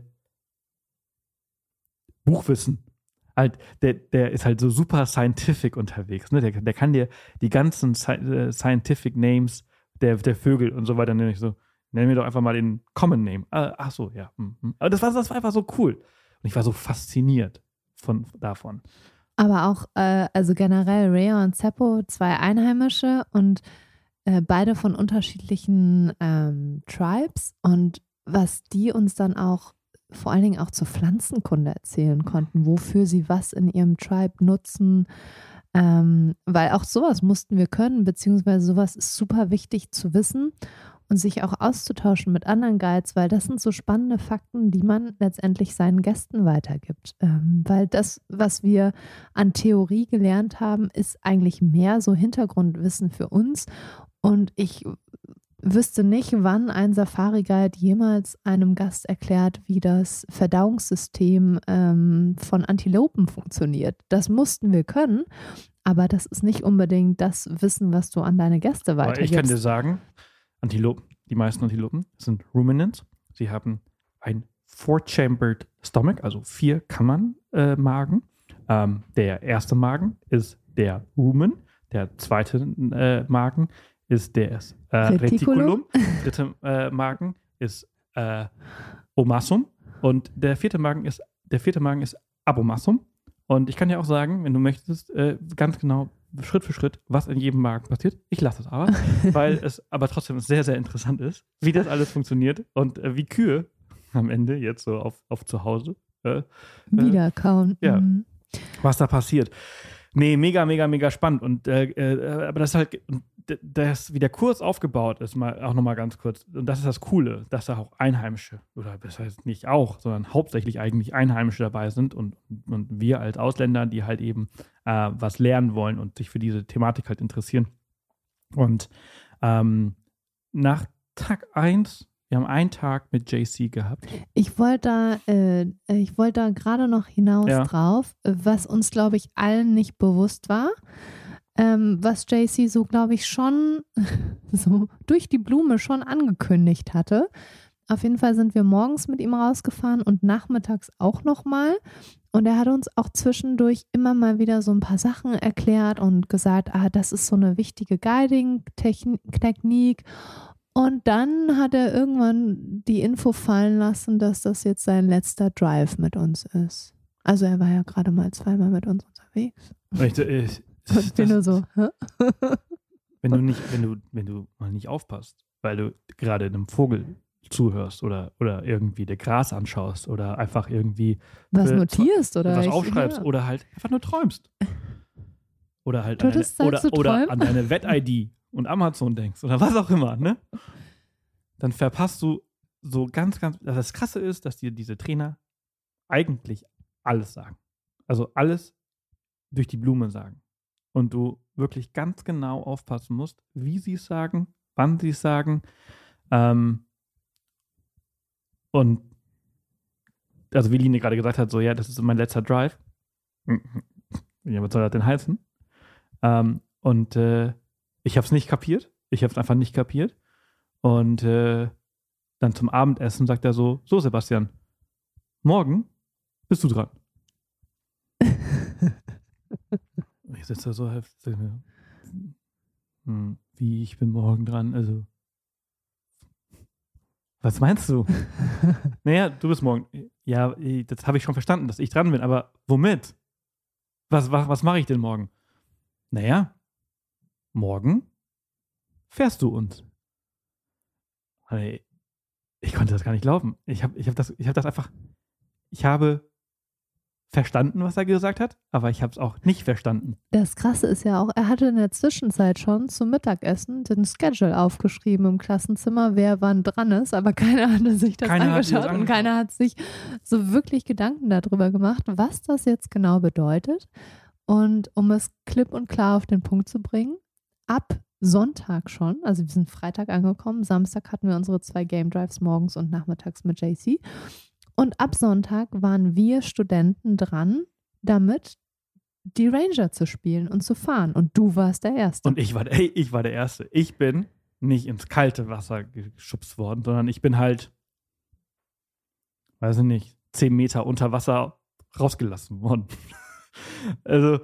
Speaker 1: Buchwissen, halt, der, der ist halt so super scientific unterwegs, ne? Der, der kann dir die ganzen Sci- Scientific Names der, der Vögel und so weiter, nenne ich so, nenn mir doch einfach mal den Common Name. Ah, ach so, ja. Aber das war, das war einfach so cool. Und ich war so fasziniert von, davon.
Speaker 2: Aber auch, äh, also generell Reha und Zeppo, zwei Einheimische und äh, beide von unterschiedlichen ähm, Tribes. Und was die uns dann auch vor allen Dingen auch zur Pflanzenkunde erzählen konnten, wofür sie was in ihrem Tribe nutzen. Ähm, weil auch sowas mussten wir können, beziehungsweise sowas ist super wichtig zu wissen und sich auch auszutauschen mit anderen Guides, weil das sind so spannende Fakten, die man letztendlich seinen Gästen weitergibt. Ähm, weil das, was wir an Theorie gelernt haben, ist eigentlich mehr so Hintergrundwissen für uns. Und ich wüsste nicht, wann ein Safari-Guide jemals einem Gast erklärt, wie das Verdauungssystem ähm, von Antilopen funktioniert. Das mussten wir können, aber das ist nicht unbedingt das Wissen, was du an deine Gäste weitergibst.
Speaker 1: Aber ich kann dir sagen, Antilopen, die meisten Antilopen sind Ruminants. Sie haben ein four-chambered stomach, also vier Kammern äh, Magen. Ähm, der erste Magen ist der Rumen, der zweite äh, Magen ist der äh, Reticulum, dritte äh, Magen ist äh, Omasum und der vierte Magen ist der vierte Magen ist Abomasum. Und ich kann dir auch sagen, wenn du möchtest, äh, ganz genau, Schritt für Schritt, was in jedem Magen passiert. Ich lasse es aber, weil es aber trotzdem sehr, sehr interessant ist, wie das alles funktioniert und äh, wie Kühe am Ende jetzt so auf, auf zu Hause äh,
Speaker 2: wieder kauen.
Speaker 1: Ja,
Speaker 2: mhm.
Speaker 1: was da passiert. Nee, mega, mega, mega spannend. Und äh, äh, aber das ist halt, das, wie der Kurs aufgebaut ist, mal auch nochmal ganz kurz. Und das ist das Coole, dass da auch Einheimische, oder das heißt nicht auch, sondern hauptsächlich eigentlich Einheimische dabei sind und, und wir als Ausländer, die halt eben äh, was lernen wollen und sich für diese Thematik halt interessieren. Und ähm, nach Tag eins, wir haben einen Tag mit J C gehabt.
Speaker 2: Ich wollte da, äh, ich wollte da gerade noch hinaus
Speaker 1: Ja.
Speaker 2: drauf, was uns, glaube ich, allen nicht bewusst war. Ähm, was J C so, glaube ich, schon so durch die Blume schon angekündigt hatte. Auf jeden Fall sind wir morgens mit ihm rausgefahren und nachmittags auch nochmal. Und er hat uns auch zwischendurch immer mal wieder so ein paar Sachen erklärt und gesagt, ah, das ist so eine wichtige Guiding-Technik. Und dann hat er irgendwann die Info fallen lassen, dass das jetzt sein letzter Drive mit uns ist. Also er war ja gerade mal zweimal mit uns unterwegs.
Speaker 1: Ich, ich,
Speaker 2: Und bin nur so, hä?
Speaker 1: wenn du nicht, wenn du, wenn du mal nicht aufpasst, weil du gerade einem Vogel zuhörst oder, oder irgendwie dir Gras anschaust oder einfach irgendwie
Speaker 2: was
Speaker 1: äh,
Speaker 2: notierst oder
Speaker 1: was
Speaker 2: ich-
Speaker 1: aufschreibst
Speaker 2: ja.
Speaker 1: oder halt einfach nur träumst. Oder halt
Speaker 2: Du
Speaker 1: an deine,
Speaker 2: hattest Zeit
Speaker 1: oder,
Speaker 2: zu
Speaker 1: oder
Speaker 2: träumen?
Speaker 1: an deine Wett-I D und Amazon denkst oder was auch immer, ne? Dann verpasst du so ganz, ganz, also das Krasse ist, dass dir diese Trainer eigentlich alles sagen. Also alles durch die Blume sagen. Und du wirklich ganz genau aufpassen musst, wie sie es sagen, wann sie es sagen. Ähm, und also wie Line gerade gesagt hat, so ja, das ist mein letzter Drive. Ja, was soll das denn heißen? Ähm, und äh, ich habe es nicht kapiert. Ich habe es einfach nicht kapiert. Und äh, dann zum Abendessen sagt er so, so Sebastian, morgen bist du dran. Ich sitze da so halb, hm, wie, ich bin morgen dran, also was meinst du? Naja, du bist morgen. Ja, das habe ich schon verstanden, dass ich dran bin, aber womit? Was, was, was mache ich denn morgen? Naja, morgen fährst du uns. Hey, ich konnte das gar nicht glauben. Ich habe ich hab das, ich hab das einfach, ich habe verstanden, was er gesagt hat, aber ich habe es auch nicht verstanden.
Speaker 2: Das Krasse ist ja auch, er hatte in der Zwischenzeit schon zum Mittagessen den Schedule aufgeschrieben im Klassenzimmer, wer wann dran ist, aber keiner hatte sich das
Speaker 1: Keiner hat sich das
Speaker 2: angeschaut und
Speaker 1: angeschaut.
Speaker 2: keiner hat sich so wirklich Gedanken darüber gemacht, was das jetzt genau bedeutet. Und um es klipp und klar auf den Punkt zu bringen, ab Sonntag schon, also wir sind Freitag angekommen, Samstag hatten wir unsere zwei Game Drives morgens und nachmittags mit J C. Und ab Sonntag waren wir Studenten dran, damit die Ranger zu spielen und zu fahren. Und du warst der Erste.
Speaker 1: Und ich war, ey, ich war der Erste. Ich bin nicht ins kalte Wasser geschubst worden, sondern ich bin halt, weiß ich nicht, zehn Meter unter Wasser rausgelassen worden. Also,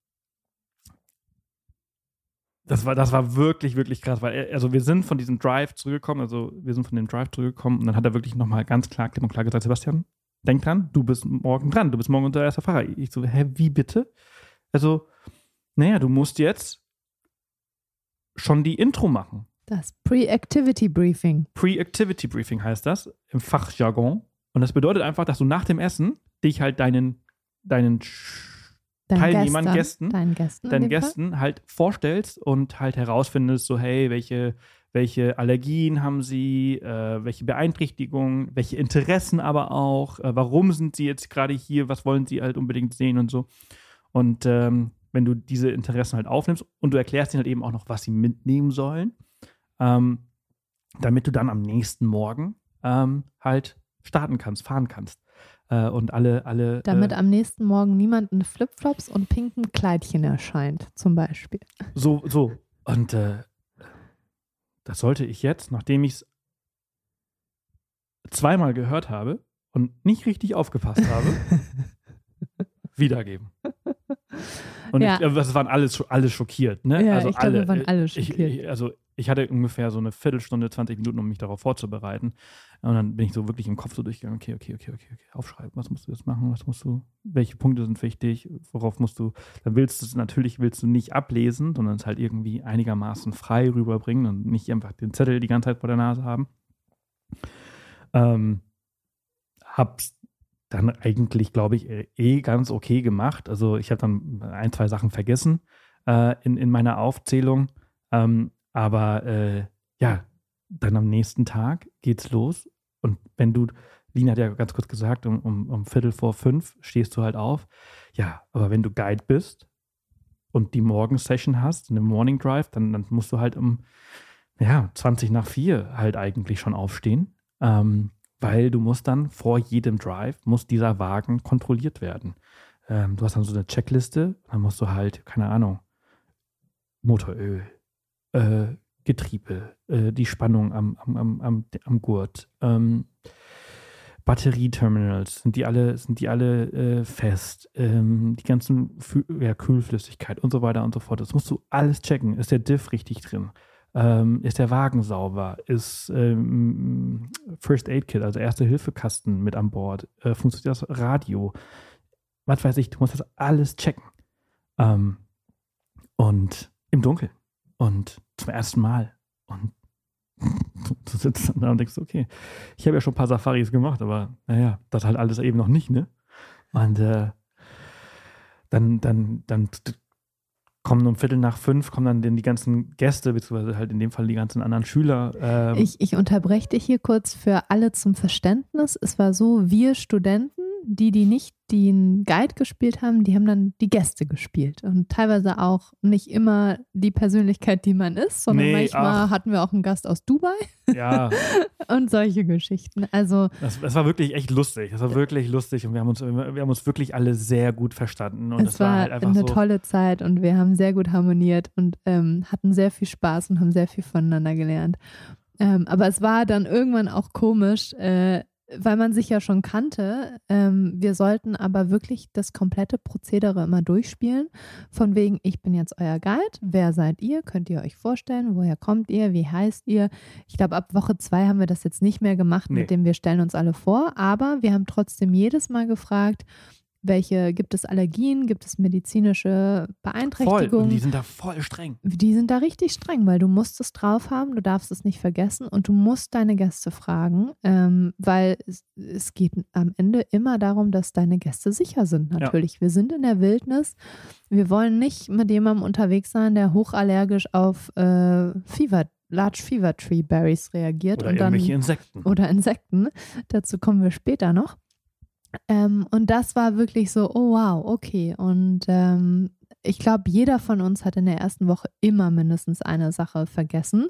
Speaker 1: das war, das war wirklich, wirklich krass, weil er, also wir sind von diesem Drive zurückgekommen, also wir sind von dem Drive zurückgekommen und dann hat er wirklich nochmal ganz klar, klipp und klar gesagt, Sebastian, denk dran, du bist morgen dran, du bist morgen unser erster Fahrer. Ich so, hä, wie bitte? Also, naja, du musst jetzt schon die Intro machen.
Speaker 2: Das Pre-Activity Briefing.
Speaker 1: Pre-Activity Briefing heißt das im Fachjargon. Und das bedeutet einfach, dass du nach dem Essen dich halt deinen, deinen
Speaker 2: Deinen
Speaker 1: Teilnehmern,
Speaker 2: Gästen,
Speaker 1: Gästen,
Speaker 2: deinen Gästen, in
Speaker 1: deinen
Speaker 2: dem Fall.
Speaker 1: Gästen halt vorstellst und halt herausfindest, so hey, welche, welche Allergien haben sie, äh, welche Beeinträchtigungen, welche Interessen aber auch, äh, warum sind sie jetzt gerade hier, was wollen sie halt unbedingt sehen und so. Und ähm, wenn du diese Interessen halt aufnimmst und du erklärst ihnen halt eben auch noch, was sie mitnehmen sollen, ähm, damit du dann am nächsten Morgen ähm, halt starten kannst, fahren kannst. Äh, und alle, alle.
Speaker 2: Damit
Speaker 1: äh,
Speaker 2: am nächsten Morgen niemand in Flipflops und pinken Kleidchen erscheint, zum Beispiel.
Speaker 1: So, so. Und äh, das sollte ich jetzt, nachdem ich es zweimal gehört habe und nicht richtig aufgepasst habe, wiedergeben. Und
Speaker 2: Ja.
Speaker 1: ich, äh, das waren alles, alles schockiert, ne?
Speaker 2: Ja,
Speaker 1: also
Speaker 2: ich glaube,
Speaker 1: alle,
Speaker 2: wir waren alle
Speaker 1: ich,
Speaker 2: schockiert.
Speaker 1: ich, also ich hatte ungefähr so eine Viertelstunde, zwanzig Minuten, um mich darauf vorzubereiten. Und dann bin ich so wirklich im Kopf so durchgegangen, okay, okay, okay, okay, okay, aufschreiben, was musst du jetzt machen, was musst du, welche Punkte sind wichtig, worauf musst du, dann willst du es natürlich, willst du nicht ablesen, sondern es halt irgendwie einigermaßen frei rüberbringen und nicht einfach den Zettel die ganze Zeit vor der Nase haben. Ähm, hab's dann eigentlich, glaube ich, eh ganz okay gemacht. Also ich habe dann ein, zwei Sachen vergessen äh, in, in meiner Aufzählung. Ähm, aber äh, ja, dann am nächsten Tag geht's los. Und wenn du, Lina hat ja ganz kurz gesagt, um, um, um Viertel vor fünf stehst du halt auf. Ja, aber wenn du Guide bist und die Morgensession hast, eine Morning Drive, dann, dann musst du halt um ja, zwanzig nach vier halt eigentlich schon aufstehen. Ähm, weil du musst dann vor jedem Drive, muss dieser Wagen kontrolliert werden. Ähm, du hast dann so eine Checkliste, dann musst du halt, keine Ahnung, Motoröl, äh, Getriebe, äh, die Spannung am, am, am, am, am Gurt, ähm, Batterieterminals, sind die alle, sind die alle äh, fest, ähm, die ganzen Fü- ja, Kühlflüssigkeit und so weiter und so fort. Das musst du alles checken. Ist der Diff richtig drin? Ähm, ist der Wagen sauber? Ist ähm, First Aid Kit, also Erste-Hilfe-Kasten mit an Bord? Äh, funktioniert das Radio? Was weiß ich, du musst das alles checken. Ähm, und im Dunkeln. Und zum ersten Mal. Und du sitzt dann da und denkst, okay, ich habe ja schon ein paar Safaris gemacht, aber naja, das halt alles eben noch nicht, ne? Und äh, dann, dann, dann kommen um Viertel nach fünf, kommen dann die ganzen Gäste, beziehungsweise halt in dem Fall die ganzen anderen Schüler. Ähm.
Speaker 2: Ich, ich unterbreche dich hier kurz für alle zum Verständnis. Es war so, wir Studenten, die, die nicht den Guide gespielt haben, die haben dann die Gäste gespielt. Und teilweise auch nicht immer die Persönlichkeit, die man ist, sondern nee, manchmal ach. hatten wir auch einen Gast aus Dubai.
Speaker 1: Ja.
Speaker 2: Und solche Geschichten. Also
Speaker 1: das, das war wirklich echt lustig. Das war wirklich lustig und wir haben uns, wir haben uns wirklich alle sehr gut verstanden. Und
Speaker 2: es
Speaker 1: das
Speaker 2: war,
Speaker 1: war halt einfach
Speaker 2: eine
Speaker 1: so
Speaker 2: tolle Zeit und wir haben sehr gut harmoniert und ähm, hatten sehr viel Spaß und haben sehr viel voneinander gelernt. Ähm, aber es war dann irgendwann auch komisch, äh, weil man sich ja schon kannte. Ähm, wir sollten aber wirklich das komplette Prozedere immer durchspielen. Von wegen, ich bin jetzt euer Guide. Wer seid ihr? Könnt ihr euch vorstellen? Woher kommt ihr? Wie heißt ihr? Ich glaube, ab Woche zwei haben wir das jetzt nicht mehr gemacht, nee. mit dem wir stellen uns alle vor. Aber wir haben trotzdem jedes Mal gefragt, welche, gibt es Allergien, gibt es medizinische Beeinträchtigungen?
Speaker 1: Voll, und die sind da voll streng.
Speaker 2: Die sind da richtig streng, weil du musst es drauf haben, du darfst es nicht vergessen und du musst deine Gäste fragen, ähm, weil es, es geht am Ende immer darum, dass deine Gäste sicher sind, natürlich. Ja. Wir sind in der Wildnis, wir wollen nicht mit jemandem unterwegs sein, der hochallergisch auf äh, Fever Large Fever Tree Berries reagiert.
Speaker 1: Oder
Speaker 2: und dann,
Speaker 1: irgendwelche Insekten.
Speaker 2: Oder Insekten, dazu kommen wir später noch. Ähm, und das war wirklich so, oh wow, okay. Und ähm, ich glaube, jeder von uns hat in der ersten Woche immer mindestens eine Sache vergessen,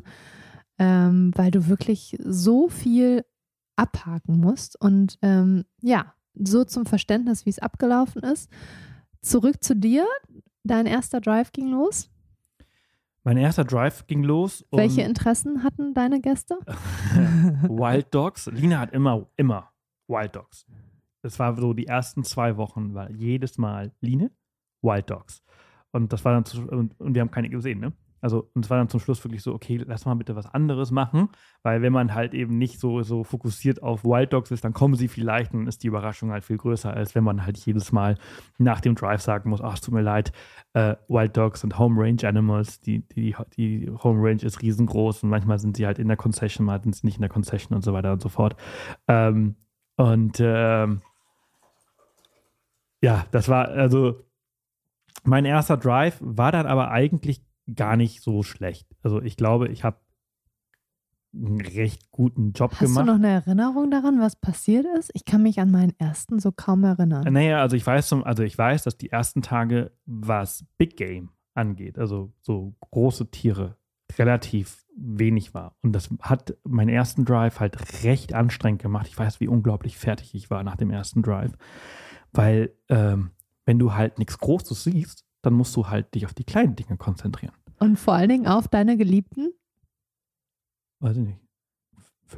Speaker 2: ähm, weil du wirklich so viel abhaken musst. Und ähm, ja, so zum Verständnis, wie es abgelaufen ist. Zurück zu dir. Dein erster Drive ging los.
Speaker 1: Mein erster Drive ging los.
Speaker 2: Welche Interessen hatten deine Gäste?
Speaker 1: Wild Dogs. Lina hat immer, immer Wild Dogs. Das war so die ersten zwei Wochen, war jedes Mal Line, Wild Dogs. Und das war dann zu, und, und wir haben keine gesehen, ne? Also, und es war dann zum Schluss wirklich so, okay, lass mal bitte was anderes machen, weil wenn man halt eben nicht so, so fokussiert auf Wild Dogs ist, dann kommen sie vielleicht, dann ist die Überraschung halt viel größer, als wenn man halt jedes Mal nach dem Drive sagen muss, ach, es tut mir leid, äh, Wild Dogs sind Home Range Animals, die, die, die Home Range ist riesengroß und manchmal sind sie halt in der Concession, mal sind sie nicht in der Concession und so weiter und so fort. Ähm, und ähm, ja, das war, also mein erster Drive war dann aber eigentlich gar nicht so schlecht. Also ich glaube, ich habe einen recht guten Job
Speaker 2: Hast
Speaker 1: gemacht.
Speaker 2: Hast du noch eine Erinnerung daran, was passiert ist? Ich kann mich an meinen ersten so kaum erinnern.
Speaker 1: Naja, also ich weiß, also ich weiß, dass die ersten Tage, was Big Game angeht, also so große Tiere, relativ wenig war. Und das hat meinen ersten Drive halt recht anstrengend gemacht. Ich weiß, wie unglaublich fertig ich war nach dem ersten Drive. Weil, ähm, wenn du halt nichts Großes siehst, dann musst du halt dich auf die kleinen Dinge konzentrieren.
Speaker 2: Und vor allen Dingen auf deine Geliebten?
Speaker 1: Weiß ich nicht. Vögel?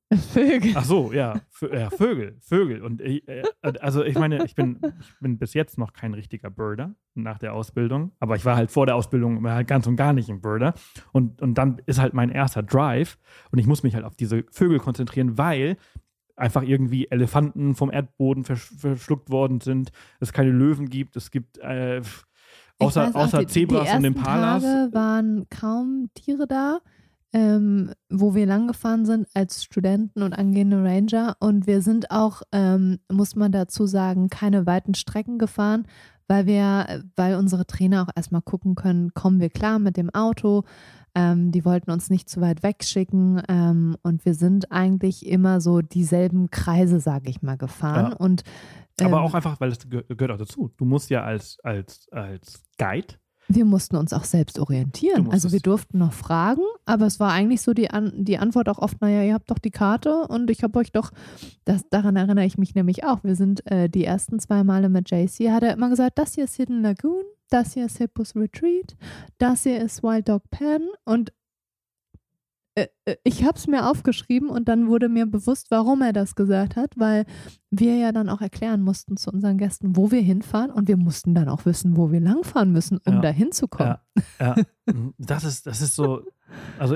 Speaker 2: Vögel.
Speaker 1: Ach so, ja, Vö- ja Vögel, Vögel. Und ich, äh, also ich meine, ich bin, ich bin bis jetzt noch kein richtiger Birder nach der Ausbildung, aber ich war halt vor der Ausbildung halt ganz und gar nicht ein Birder. Und, und dann ist halt mein erster Drive und ich muss mich halt auf diese Vögel konzentrieren, weil einfach irgendwie Elefanten vom Erdboden versch verschluckt worden sind, es keine Löwen gibt, es gibt äh, außer,
Speaker 2: Ich weiß auch,
Speaker 1: außer
Speaker 2: die,
Speaker 1: Zebras
Speaker 2: die
Speaker 1: und
Speaker 2: ersten
Speaker 1: Impalas.
Speaker 2: Tage waren kaum Tiere da, ähm, wo wir langgefahren sind als Studenten und angehende Ranger. Und wir sind auch, ähm, muss man dazu sagen, keine weiten Strecken gefahren, weil wir, weil unsere Trainer auch erstmal gucken können, kommen wir klar mit dem Auto. Ähm, die wollten uns nicht zu weit wegschicken. Ähm, und wir sind eigentlich immer so dieselben Kreise, sage ich mal, gefahren.
Speaker 1: Ja.
Speaker 2: Und ähm,
Speaker 1: Aber auch einfach, weil das ge gehört auch dazu. Du musst ja als, als, als Guide.
Speaker 2: wir mussten uns auch selbst orientieren.
Speaker 1: Du
Speaker 2: Also wir
Speaker 1: musstest-
Speaker 2: durften noch fragen, aber es war eigentlich so die, An die Antwort auch oft, naja, ihr habt doch die Karte und ich habe euch doch, das, daran erinnere ich mich nämlich auch, wir sind äh, die ersten zwei Male mit J C, hat er immer gesagt, das hier ist Hidden Lagoon, das hier ist Hippos Retreat, das hier ist Wild Dog Pen und äh, äh, ich habe es mir aufgeschrieben und dann wurde mir bewusst, warum er das gesagt hat, weil wir ja dann auch erklären mussten zu unseren Gästen, wo wir hinfahren und wir mussten dann auch wissen, wo wir langfahren müssen, um
Speaker 1: Ja.
Speaker 2: da hinzukommen.
Speaker 1: Ja, ja. Das ist, das ist so, also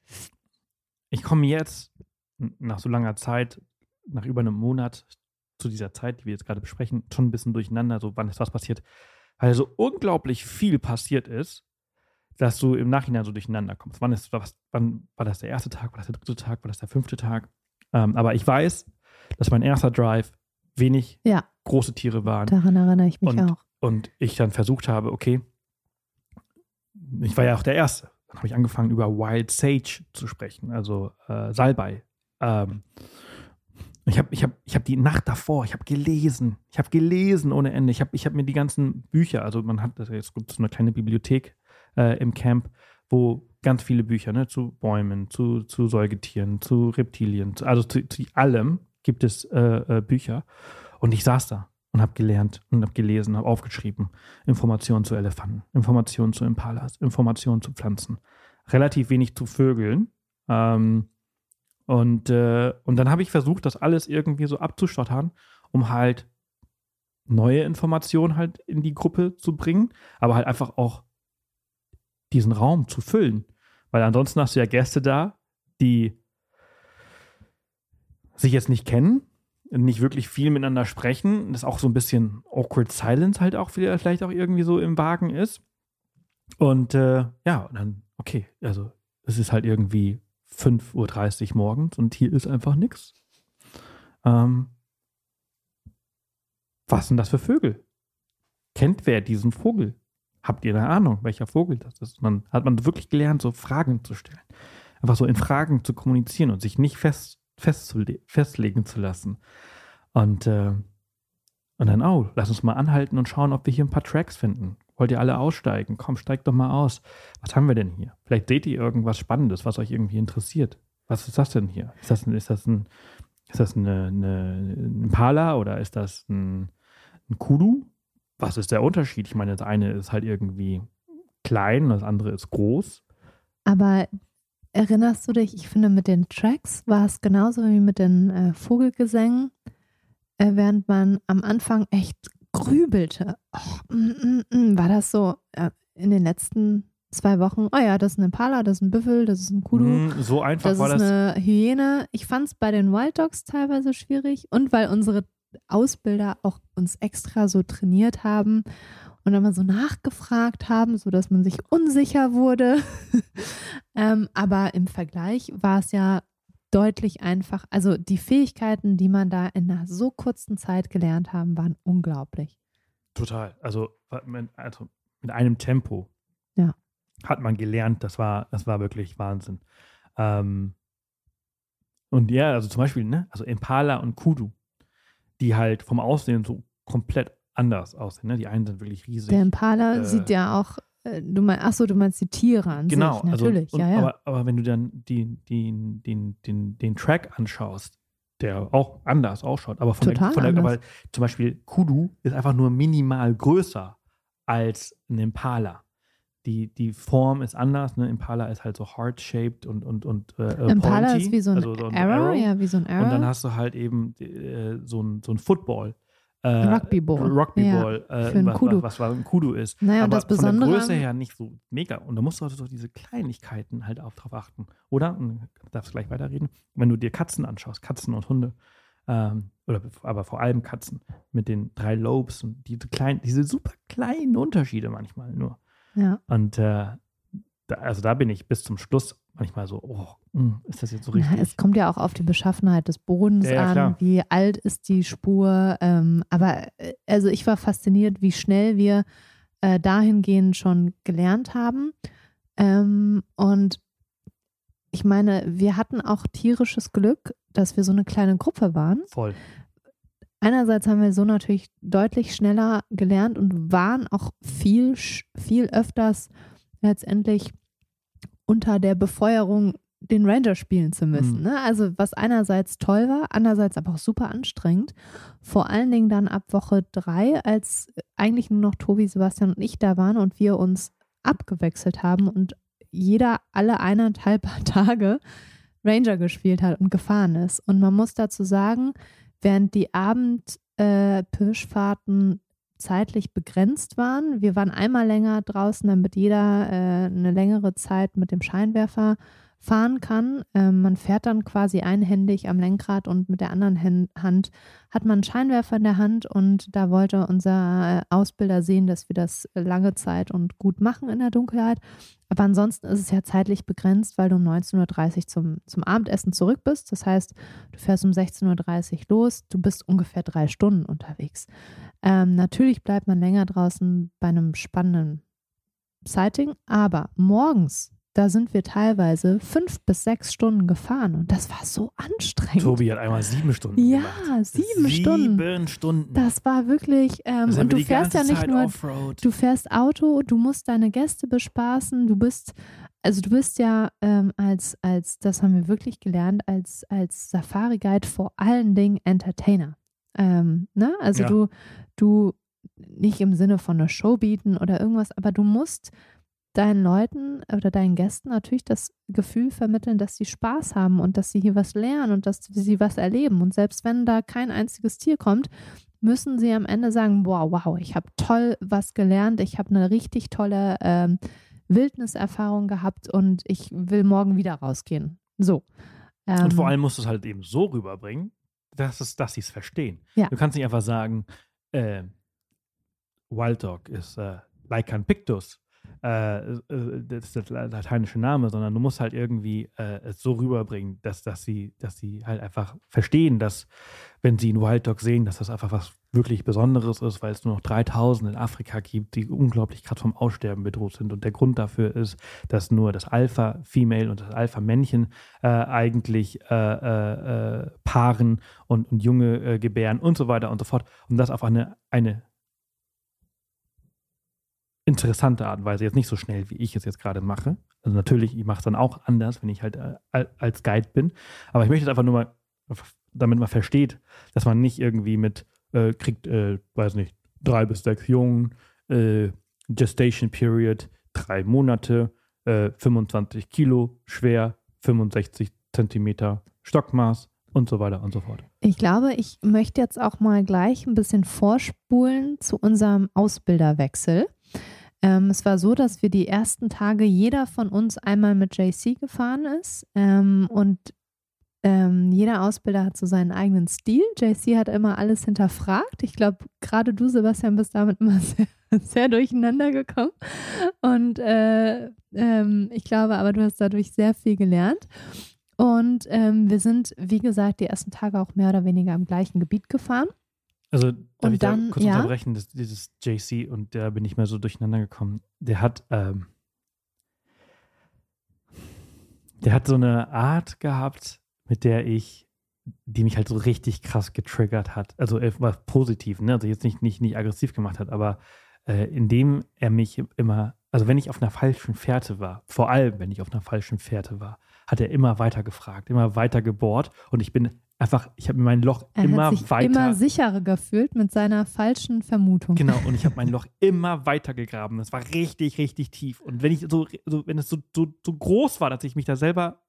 Speaker 1: ich komme jetzt nach so langer Zeit, nach über einem Monat zu dieser Zeit, die wir jetzt gerade besprechen, schon ein bisschen durcheinander, so wann ist was passiert, weil so unglaublich viel passiert ist, dass du im Nachhinein so durcheinander kommst. Wann ist was, wann war das der erste Tag, war das der dritte Tag, war das der fünfte Tag? Ähm, aber ich weiß, dass mein erster Drive wenig
Speaker 2: Ja.
Speaker 1: große Tiere waren.
Speaker 2: Daran erinnere ich mich
Speaker 1: Und-
Speaker 2: auch.
Speaker 1: Und ich dann versucht habe, okay, ich war ja auch der Erste. Dann habe ich angefangen, über Wild Sage zu sprechen, also äh, Salbei. Ähm, ich habe ich hab, ich hab die Nacht davor, ich habe gelesen, ich habe gelesen ohne Ende. Ich habe ich hab mir die ganzen Bücher, also man hat, es gibt so eine kleine Bibliothek äh, im Camp, wo ganz viele Bücher, ne, zu Bäumen, zu, zu Säugetieren, zu Reptilien, zu, also zu, zu allem gibt es äh, äh, Bücher. Und ich saß da und habe gelernt und habe gelesen, habe aufgeschrieben. Informationen zu Elefanten, Informationen zu Impalas, Informationen zu Pflanzen. Relativ wenig zu Vögeln. Ähm, und, äh, und dann habe ich versucht, das alles irgendwie so abzustottern, um halt neue Informationen halt in die Gruppe zu bringen, aber halt einfach auch diesen Raum zu füllen. Weil ansonsten hast du ja Gäste da, die sich jetzt nicht kennen, nicht wirklich viel miteinander sprechen, das auch so ein bisschen awkward silence halt auch vielleicht auch irgendwie so im Wagen ist. Und äh, ja, und dann, okay, also es ist halt irgendwie fünf Uhr dreißig morgens und hier ist einfach nichts. Ähm, was sind das für Vögel? Kennt wer diesen Vogel? Habt ihr eine Ahnung, welcher Vogel das ist? Und dann hat man wirklich gelernt, so Fragen zu stellen. Einfach so in Fragen zu kommunizieren und sich nicht fest, festzule- festlegen zu lassen. Und, äh, und dann, oh, lass uns mal anhalten und schauen, ob wir hier ein paar Tracks finden. Wollt ihr alle aussteigen? Komm, steigt doch mal aus. Was haben wir denn hier? Vielleicht seht ihr irgendwas Spannendes, was euch irgendwie interessiert. Was ist das denn hier? Ist das ein, ist das ein, ist das eine, eine, ein Impala oder ist das ein, ein Kudu? Was ist der Unterschied? Ich meine, das eine ist halt irgendwie klein, das andere ist groß.
Speaker 2: Aber erinnerst du dich, ich finde, mit den Tracks war es genauso wie mit den äh, Vogelgesängen, äh, während man am Anfang echt grübelte. Oh, mm, mm, mm, war das so äh, in den letzten zwei Wochen? Oh ja, das ist ein Impala, das ist ein Büffel, das ist ein Kudu.
Speaker 1: Mm, so einfach
Speaker 2: Das
Speaker 1: war
Speaker 2: ist
Speaker 1: das.
Speaker 2: eine Hyäne. Ich fand es bei den Wild Dogs teilweise schwierig und weil unsere Ausbilder auch uns extra so trainiert haben und dann mal so nachgefragt haben, sodass man sich unsicher wurde. ähm, aber im Vergleich war es ja deutlich einfach. Also die Fähigkeiten, die man da in einer so kurzen Zeit gelernt haben, waren unglaublich.
Speaker 1: Total. Also mit, also mit einem Tempo
Speaker 2: Ja.
Speaker 1: hat man gelernt, das war, das war wirklich Wahnsinn. Ähm, und ja, also zum Beispiel, ne, also Impala und Kudu, die halt vom Aussehen so komplett anders aussehen. Ne? Die einen sind wirklich riesig.
Speaker 2: Der Impala
Speaker 1: äh,
Speaker 2: sieht ja auch, äh, du meinst, achso, du meinst die Tiere an
Speaker 1: Genau,
Speaker 2: sich, natürlich,
Speaker 1: also, und,
Speaker 2: ja, ja.
Speaker 1: Aber, aber wenn du dann die, die, den, den, den Track anschaust, der auch anders ausschaut, aber von
Speaker 2: Total
Speaker 1: der, von der
Speaker 2: anders.
Speaker 1: aber zum Beispiel Kudu ist einfach nur minimal größer als ein Impala. die, die Form ist anders. Ne? Impala ist halt so heart-shaped und, und, und äh,
Speaker 2: Impala
Speaker 1: pointy,
Speaker 2: ist wie so ein,
Speaker 1: also so ein
Speaker 2: Arrow,
Speaker 1: Arrow.
Speaker 2: ja, wie so ein Arrow.
Speaker 1: Und dann hast du halt eben äh, so ein, so ein Football. Äh,
Speaker 2: Rugbyball.
Speaker 1: Rugbyball,
Speaker 2: ja,
Speaker 1: äh,
Speaker 2: für ein
Speaker 1: was,
Speaker 2: Kudu.
Speaker 1: was, was ein Kudu ist.
Speaker 2: Naja,
Speaker 1: aber
Speaker 2: und das Besondere
Speaker 1: von der Größe
Speaker 2: an-
Speaker 1: her nicht so mega. Und da musst du also so diese Kleinigkeiten halt auch drauf achten. Oder, und du darfst gleich weiterreden, wenn du dir Katzen anschaust, Katzen und Hunde, ähm, oder aber vor allem Katzen mit den drei Lobes und diese kleinen, diese super kleinen Unterschiede manchmal nur.
Speaker 2: Ja.
Speaker 1: Und äh, da, also da bin ich bis zum Schluss manchmal so, oh, mh, ist das jetzt so richtig?
Speaker 2: Na, es kommt ja auch auf die Beschaffenheit des Bodens
Speaker 1: Ja, ja,
Speaker 2: an,
Speaker 1: klar.
Speaker 2: wie alt ist die Spur. Ähm, aber äh, also ich war fasziniert, wie schnell wir äh, dahingehend schon gelernt haben. Ähm, und ich meine, wir hatten auch tierisches Glück, dass wir so eine kleine Gruppe waren.
Speaker 1: Voll.
Speaker 2: Einerseits haben wir so natürlich deutlich schneller gelernt und waren auch viel, viel öfters letztendlich unter der Befeuerung den Ranger spielen zu müssen.
Speaker 1: Mhm.
Speaker 2: Ne? Also was einerseits toll war, andererseits aber auch super anstrengend. Vor allen Dingen dann ab Woche drei, als eigentlich nur noch Tobi, Sebastian und ich da waren und wir uns abgewechselt haben und jeder alle eineinhalb Tage Ranger gespielt hat und gefahren ist. Und man muss dazu sagen, während die Abend-Pirschfahrten zeitlich begrenzt waren. Wir waren einmal länger draußen, damit jeder äh, eine längere Zeit mit dem Scheinwerfer fahren kann. Ähm, man fährt dann quasi einhändig am Lenkrad und mit der anderen Hen- Hand hat man einen Scheinwerfer in der Hand und da wollte unser äh, Ausbilder sehen, dass wir das lange Zeit und gut machen in der Dunkelheit. Aber ansonsten ist es ja zeitlich begrenzt, weil du um neunzehn Uhr dreißig zum, zum Abendessen zurück bist. Das heißt, du fährst um sechzehn Uhr dreißig los, du bist ungefähr drei Stunden unterwegs. Ähm, natürlich bleibt man länger draußen bei einem spannenden Sighting, aber morgens, da sind wir teilweise fünf bis sechs Stunden gefahren und das war so anstrengend.
Speaker 1: Tobi hat einmal sieben Stunden
Speaker 2: ja,
Speaker 1: gemacht.
Speaker 2: sieben Stunden.
Speaker 1: Sieben Stunden.
Speaker 2: Das war wirklich, ähm,
Speaker 1: Da sind
Speaker 2: und
Speaker 1: wir
Speaker 2: du
Speaker 1: die
Speaker 2: fährst ja
Speaker 1: ganze
Speaker 2: nicht
Speaker 1: Zeit
Speaker 2: nur,
Speaker 1: Offroad.
Speaker 2: du fährst Auto, du musst deine Gäste bespaßen, du bist, also du bist ja ähm, als, als, das haben wir wirklich gelernt, als, als Safari-Guide vor allen Dingen Entertainer. Ähm, ne? Also
Speaker 1: Ja.
Speaker 2: du, du, nicht im Sinne von einer Show bieten oder irgendwas, aber du musst deinen Leuten oder deinen Gästen natürlich das Gefühl vermitteln, dass sie Spaß haben und dass sie hier was lernen und dass sie was erleben. Und selbst wenn da kein einziges Tier kommt, müssen sie am Ende sagen, wow, wow, ich habe toll was gelernt, ich habe eine richtig tolle ähm, Wildniserfahrung gehabt und ich will morgen wieder rausgehen. So. Ähm,
Speaker 1: Und vor allem musst du es halt eben so rüberbringen, dass, es, dass sie es verstehen.
Speaker 2: Ja.
Speaker 1: Du kannst nicht einfach sagen, äh, Wild Dog ist äh, Lycan pictus. Äh, äh, das ist der lateinische Name, sondern du musst halt irgendwie äh, es so rüberbringen, dass, dass, sie, dass sie halt einfach verstehen, dass, wenn sie einen Wild Dog sehen, dass das einfach was wirklich Besonderes ist, weil es nur noch dreitausend in Afrika gibt, die unglaublich gerade vom Aussterben bedroht sind. Und der Grund dafür ist, dass nur das Alpha-Female und das Alpha-Männchen äh, eigentlich äh, äh, äh, paaren und, und Junge äh, gebären und so weiter und so fort. Und das auf eine, eine interessante Art und Weise, jetzt nicht so schnell, wie ich es jetzt gerade mache. Also natürlich, ich mache es dann auch anders, wenn ich halt äh, als Guide bin. Aber ich möchte es einfach nur mal, damit man versteht, dass man nicht irgendwie mit, äh, kriegt, äh, weiß nicht, drei bis sechs Jungen, äh, Gestation Period, drei Monate, äh, fünfundzwanzig Kilo schwer, fünfundsechzig Zentimeter Stockmaß und so weiter und so fort.
Speaker 2: Ich glaube, ich möchte jetzt auch mal gleich ein bisschen vorspulen zu unserem Ausbilderwechsel. Ähm, es war so, dass wir die ersten Tage jeder von uns einmal mit J C gefahren ist ähm, und ähm, jeder Ausbilder hat so seinen eigenen Stil. J C hat immer alles hinterfragt. Ich glaube, gerade du, Sebastian, bist damit immer sehr, sehr durcheinander gekommen und äh, ähm, ich glaube aber, du hast dadurch sehr viel gelernt. Und ähm, wir sind, wie gesagt, die ersten Tage auch mehr oder weniger im gleichen Gebiet gefahren.
Speaker 1: Also darf
Speaker 2: Und
Speaker 1: ich
Speaker 2: dann,
Speaker 1: da kurz
Speaker 2: ja?
Speaker 1: unterbrechen, das, dieses J C, und da bin ich mal so durcheinander gekommen. Der hat, ähm, der hat so eine Art gehabt, mit der ich, die mich halt so richtig krass getriggert hat. Also er war positiv, ne? Also jetzt nicht, nicht, nicht aggressiv gemacht hat, aber äh, indem er mich immer, also wenn ich auf einer falschen Fährte war, vor allem wenn ich auf einer falschen Fährte war, hat er immer weiter gefragt, immer weiter gebohrt und ich bin einfach, ich habe mir mein Loch
Speaker 2: er
Speaker 1: immer
Speaker 2: hat sich
Speaker 1: weiter.
Speaker 2: immer sicherer gefühlt mit seiner falschen Vermutung.
Speaker 1: Genau, und ich habe mein Loch immer weiter gegraben. Es war richtig, richtig tief. Und wenn ich so, so wenn es so, so, so groß war, dass ich mich da selber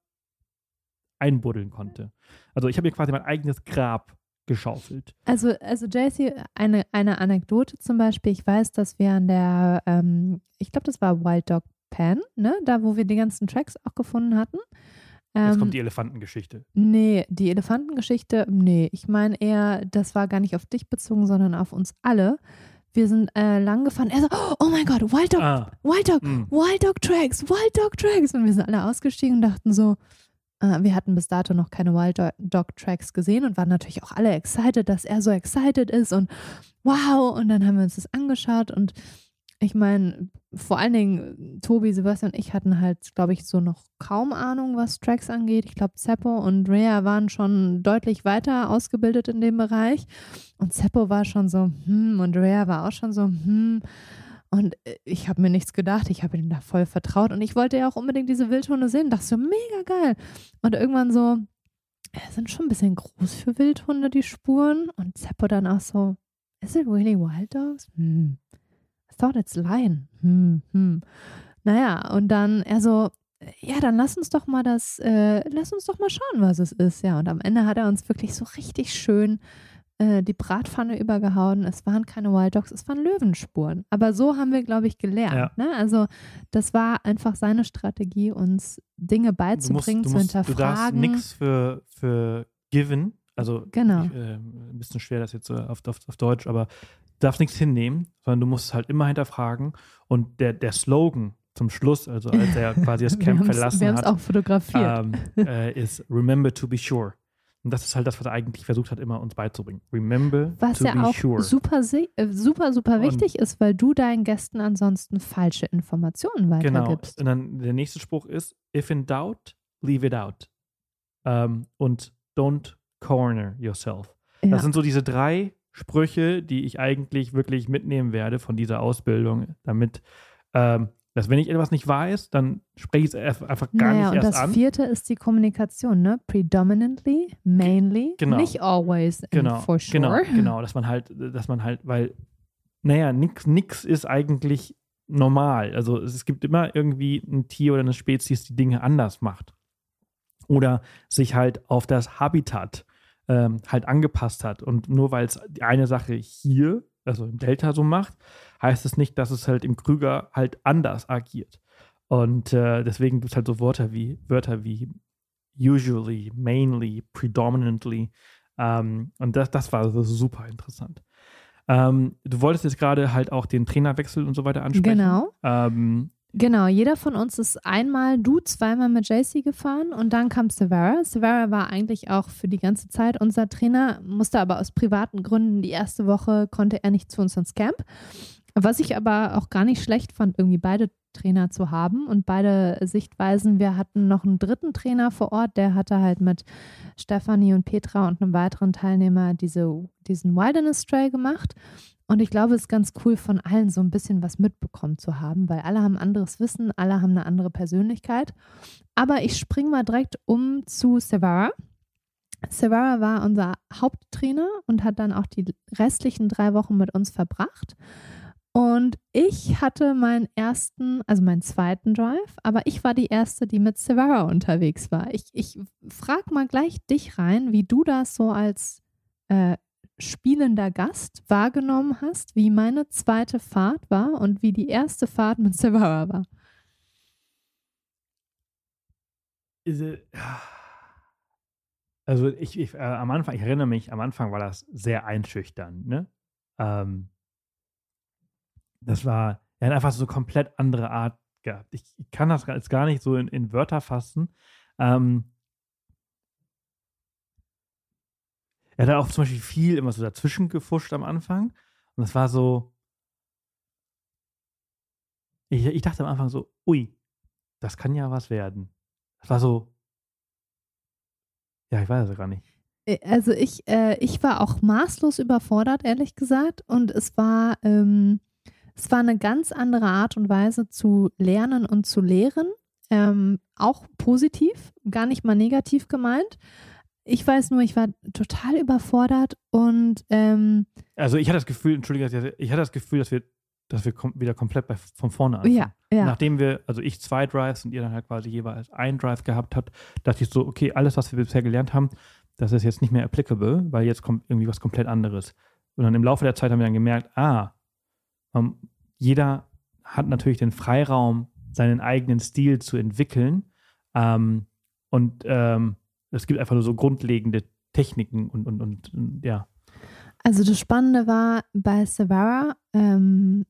Speaker 1: einbuddeln konnte. Also ich habe mir quasi mein eigenes Grab geschaufelt.
Speaker 2: Also, also J C, eine, eine Anekdote zum Beispiel, ich weiß, dass wir an der, ähm, ich glaube, das war Wild Dog Pen, ne, da wo wir die ganzen Tracks auch gefunden hatten.
Speaker 1: Jetzt
Speaker 2: Ähm,
Speaker 1: kommt die Elefantengeschichte.
Speaker 2: Nee, die Elefantengeschichte, nee, ich meine eher, das war gar nicht auf dich bezogen, sondern auf uns alle. Wir sind äh, lang gefahren. Er so, oh mein Gott, Wild Dog,
Speaker 1: Ah,
Speaker 2: Wild Dog,
Speaker 1: mh.
Speaker 2: Wild Dog Tracks, Wild Dog Tracks. Und wir sind alle ausgestiegen und dachten so, äh, wir hatten bis dato noch keine Wild Dog, Dog Tracks gesehen und waren natürlich auch alle excited, dass er so excited ist und wow. Und dann haben wir uns das angeschaut und ich meine, vor allen Dingen Tobi, Sebastian und ich hatten halt, glaube ich, so noch kaum Ahnung, was Tracks angeht. Ich glaube, Seppo und Rhea waren schon deutlich weiter ausgebildet in dem Bereich. Und Seppo war schon so, hm, und Rhea war auch schon so, hm. Und ich habe mir nichts gedacht. Ich habe ihm da voll vertraut. Und ich wollte ja auch unbedingt diese Wildhunde sehen. Dachte so, mega geil. Und irgendwann so, ja, sind schon ein bisschen groß für Wildhunde, die Spuren. Und Seppo dann auch so, is it really wild dogs? Hm. I thought it's lion. Hm, hm. Naja, und dann er so, ja, dann lass uns doch mal das, äh, lass uns doch mal schauen, was es ist. Ja, und am Ende hat er uns wirklich so richtig schön äh, die Bratpfanne übergehauen. Es waren keine Wild Dogs, es waren Löwenspuren. Aber so haben wir, glaube ich, gelernt.
Speaker 1: Ja.
Speaker 2: Ne? Also das war einfach seine Strategie, uns Dinge beizubringen,
Speaker 1: du
Speaker 2: zu
Speaker 1: musst, du darfst
Speaker 2: hinterfragen.
Speaker 1: nichts für, für given. Also
Speaker 2: Genau.
Speaker 1: ich, äh, ein bisschen schwer das jetzt so auf, auf, auf Deutsch, aber du darfst nichts hinnehmen, sondern du musst es halt immer hinterfragen. Und der, der Slogan zum Schluss, also als er quasi das Camp
Speaker 2: wir
Speaker 1: verlassen
Speaker 2: wir haben es
Speaker 1: hat,
Speaker 2: auch fotografiert.
Speaker 1: ähm, äh, ist Remember to be sure. Und das ist halt das, was er eigentlich versucht hat, immer uns beizubringen. Remember
Speaker 2: Was
Speaker 1: to
Speaker 2: ja
Speaker 1: be
Speaker 2: auch
Speaker 1: sure.
Speaker 2: super, si- äh, super, super
Speaker 1: Und-
Speaker 2: wichtig ist, weil du deinen Gästen ansonsten falsche Informationen
Speaker 1: Genau.
Speaker 2: weitergibst.
Speaker 1: Und dann der nächste Spruch ist, if in doubt, leave it out. Ähm, und don't corner yourself.
Speaker 2: Ja.
Speaker 1: Das sind so diese drei Sprüche, die ich eigentlich wirklich mitnehmen werde von dieser Ausbildung, damit, ähm, dass wenn ich etwas nicht weiß, dann spreche ich es einfach gar
Speaker 2: naja,
Speaker 1: nicht
Speaker 2: und
Speaker 1: erst
Speaker 2: das
Speaker 1: an.
Speaker 2: vierte ist die Kommunikation, ne? Predominantly, mainly,
Speaker 1: Genau.
Speaker 2: nicht always and
Speaker 1: Genau,
Speaker 2: for sure.
Speaker 1: genau, genau, dass man halt, dass man halt, weil, naja, nix, nix ist eigentlich normal. Also es gibt immer irgendwie ein Tier oder eine Spezies, die Dinge anders macht. Oder sich halt auf das Habitat ähm, halt angepasst hat. Und nur weil es die eine Sache hier, also im Delta so macht, heißt es nicht, dass es halt im Krüger halt anders agiert. Und äh, deswegen gibt es halt so Wörter wie, Wörter wie usually, mainly, predominantly. Ähm, und das, das war so super interessant. Ähm, du wolltest jetzt gerade halt auch den Trainerwechsel und so weiter ansprechen.
Speaker 2: Genau.
Speaker 1: Ähm,
Speaker 2: Genau, jeder von uns ist einmal, du zweimal mit J C gefahren und dann kam Savara. Savara war eigentlich auch für die ganze Zeit unser Trainer, musste aber aus privaten Gründen, die erste Woche konnte er nicht zu uns ins Camp. Was ich aber auch gar nicht schlecht fand, irgendwie beide Trainer zu haben und beide Sichtweisen. Wir hatten noch einen dritten Trainer vor Ort, der hatte halt mit Stefanie und Petra und einem weiteren Teilnehmer diese, diesen Wilderness Trail gemacht. Und ich glaube, es ist ganz cool, von allen so ein bisschen was mitbekommen zu haben, weil alle haben anderes Wissen, alle haben eine andere Persönlichkeit. Aber ich springe mal direkt um zu Savara. Savara war unser Haupttrainer und hat dann auch die restlichen drei Wochen mit uns verbracht. Und ich hatte meinen ersten, also meinen zweiten Drive, aber ich war die erste, die mit Savara unterwegs war. Ich, ich frage mal gleich dich rein, wie du das so als äh, spielender Gast wahrgenommen hast, wie meine zweite Fahrt war und wie die erste Fahrt mit Savara war.
Speaker 1: Also ich, ich äh, am Anfang, ich erinnere mich, am Anfang war das sehr einschüchternd, ne? Ähm, das war, er hat einfach so eine komplett andere Art gehabt. Ich, ich kann das jetzt gar nicht so in, in Wörter fassen. Ähm, Er hat auch zum Beispiel viel immer so dazwischen gefuscht am Anfang. Und das war so. Ich, ich dachte am Anfang so, ui, das kann ja was werden. Das war so. Ja, ich weiß es gar nicht.
Speaker 2: Also ich, äh, ich war auch maßlos überfordert, ehrlich gesagt. Und es war, ähm, es war eine ganz andere Art und Weise zu lernen und zu lehren. Ähm, auch positiv, gar nicht mal negativ gemeint. ich weiß nur, ich war total überfordert und ähm,
Speaker 1: also ich hatte das Gefühl, Entschuldige, ich hatte das Gefühl, dass wir, dass wir kom- wieder komplett bei, von vorne anfangen.
Speaker 2: Ja, ja.
Speaker 1: Nachdem wir, also ich zwei Drives und ihr dann halt quasi jeweils ein Drive gehabt habt, dachte ich so, okay, alles, was wir bisher gelernt haben, das ist jetzt nicht mehr applicable, weil jetzt kommt irgendwie was komplett anderes. Und dann im Laufe der Zeit haben wir dann gemerkt, ah, um, jeder hat natürlich den Freiraum, seinen eigenen Stil zu entwickeln. Ähm, und ähm, es gibt einfach nur so grundlegende Techniken und, und, und, und ja.
Speaker 2: Also das Spannende war bei Savara, ähm,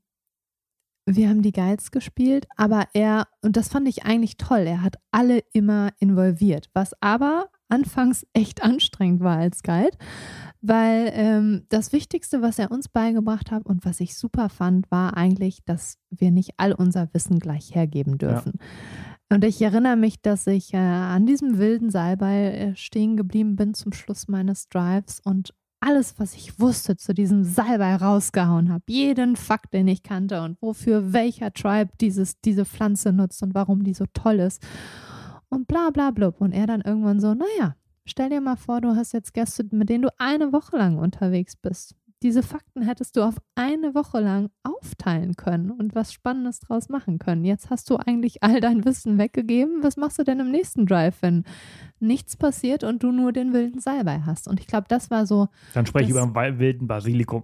Speaker 2: wir haben die Guides gespielt, aber er, und das fand ich eigentlich toll, er hat alle immer involviert, was aber anfangs echt anstrengend war als Guide, weil ähm, das Wichtigste, was er uns beigebracht hat und was ich super fand, war eigentlich, dass wir nicht all unser Wissen gleich hergeben dürfen. Ja. Und ich erinnere mich, dass ich äh, an diesem wilden Salbei äh, stehen geblieben bin zum Schluss meines Drives und alles, was ich wusste, zu diesem Salbei rausgehauen habe. Jeden Fakt, den ich kannte und wofür welcher Tribe dieses, diese Pflanze nutzt und warum die so toll ist. Und bla bla blub. Und er dann irgendwann so, naja, stell dir mal vor, du hast jetzt Gäste, mit denen du eine Woche lang unterwegs bist. Diese Fakten hättest du auf eine Woche lang aufteilen können und was Spannendes draus machen können. Jetzt hast du eigentlich all dein Wissen weggegeben. Was machst du denn im nächsten Drive, wenn nichts passiert und du nur den wilden Salbei hast? Und ich glaube, das war so...
Speaker 1: Dann spreche ich über einen wilden Basilikum.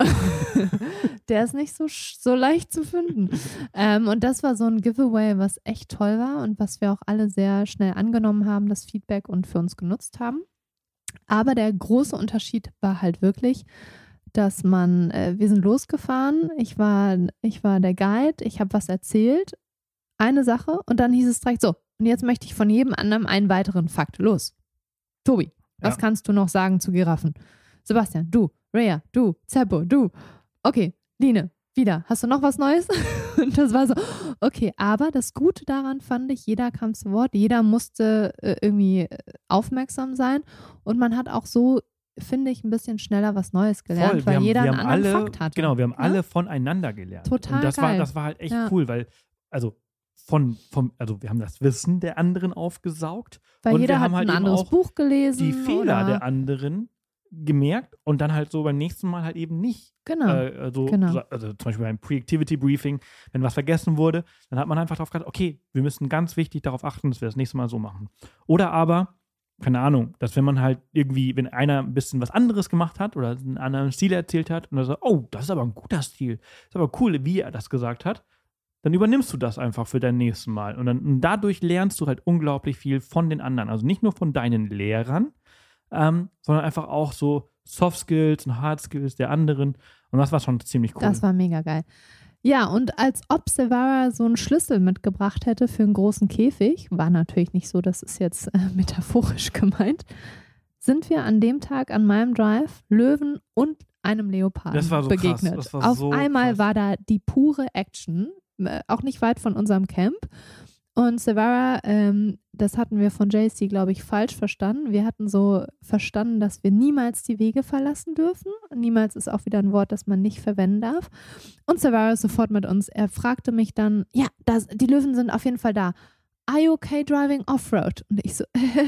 Speaker 2: Der ist nicht so, so leicht zu finden. ähm, und das war so ein Giveaway, was echt toll war und was wir auch alle sehr schnell angenommen haben, das Feedback und für uns genutzt haben. Aber der große Unterschied war halt wirklich, dass man, äh, wir sind losgefahren, ich war, ich war der Guide, ich habe was erzählt, eine Sache und dann hieß es direkt so, und jetzt möchte ich von jedem anderen einen weiteren Fakt. Los, Tobi, was ja. kannst du noch sagen zu Giraffen? Sebastian, du, Rhea, du, Zeppo, du. Okay, Line, wieder, hast du noch was Neues? Und das war so, okay, aber das Gute daran fand ich, jeder kam zu Wort, jeder musste äh, irgendwie aufmerksam sein und man hat auch so, finde ich, ein bisschen schneller was Neues gelernt,
Speaker 1: Voll,
Speaker 2: weil
Speaker 1: haben,
Speaker 2: jeder einen anderen
Speaker 1: alle,
Speaker 2: Fakt hatte.
Speaker 1: Genau, wir haben
Speaker 2: ja?
Speaker 1: alle voneinander gelernt.
Speaker 2: Total
Speaker 1: und das
Speaker 2: geil.
Speaker 1: war, das war halt echt
Speaker 2: ja.
Speaker 1: cool, weil, also von, vom, also wir haben das Wissen der anderen aufgesaugt.
Speaker 2: Weil
Speaker 1: und
Speaker 2: jeder
Speaker 1: wir
Speaker 2: hat
Speaker 1: haben halt
Speaker 2: ein anderes
Speaker 1: auch
Speaker 2: Buch gelesen.
Speaker 1: Die Fehler
Speaker 2: oder?
Speaker 1: der anderen gemerkt und dann halt so beim nächsten Mal halt eben nicht.
Speaker 2: Genau.
Speaker 1: Äh, also,
Speaker 2: genau.
Speaker 1: also zum Beispiel beim Pre-Activity-Briefing, wenn was vergessen wurde, dann hat man einfach darauf geachtet, okay, wir müssen ganz wichtig darauf achten, dass wir das nächste Mal so machen. Oder aber, keine Ahnung, dass wenn man halt irgendwie, wenn einer ein bisschen was anderes gemacht hat oder einen anderen Stil erzählt hat und er sagt, oh, das ist aber ein guter Stil, das ist aber cool, wie er das gesagt hat, dann übernimmst du das einfach für dein nächstes Mal. Und, dann, und dadurch lernst du halt unglaublich viel von den anderen. Also nicht nur von deinen Lehrern, ähm, sondern einfach auch so Soft Skills und Hard Skills der anderen. Und das war schon ziemlich cool.
Speaker 2: Das war mega geil. Ja, und als ob Savara so einen Schlüssel mitgebracht hätte für einen großen Käfig, war natürlich nicht so, das ist jetzt äh, metaphorisch gemeint, sind wir an dem Tag an meinem Drive Löwen und einem Leoparden
Speaker 1: das war so
Speaker 2: begegnet.
Speaker 1: Krass. Das war
Speaker 2: Auf
Speaker 1: so
Speaker 2: einmal
Speaker 1: krass.
Speaker 2: war da die pure Action, äh, auch nicht weit von unserem Camp. Und Savara, ähm, das hatten wir von J C, glaube ich, falsch verstanden. Wir hatten so verstanden, dass wir niemals die Wege verlassen dürfen. Niemals ist auch wieder ein Wort, das man nicht verwenden darf. Und Savara ist sofort mit uns. Er fragte mich dann, ja, das, die Löwen sind auf jeden Fall da. Are you okay driving off-road? Und ich so,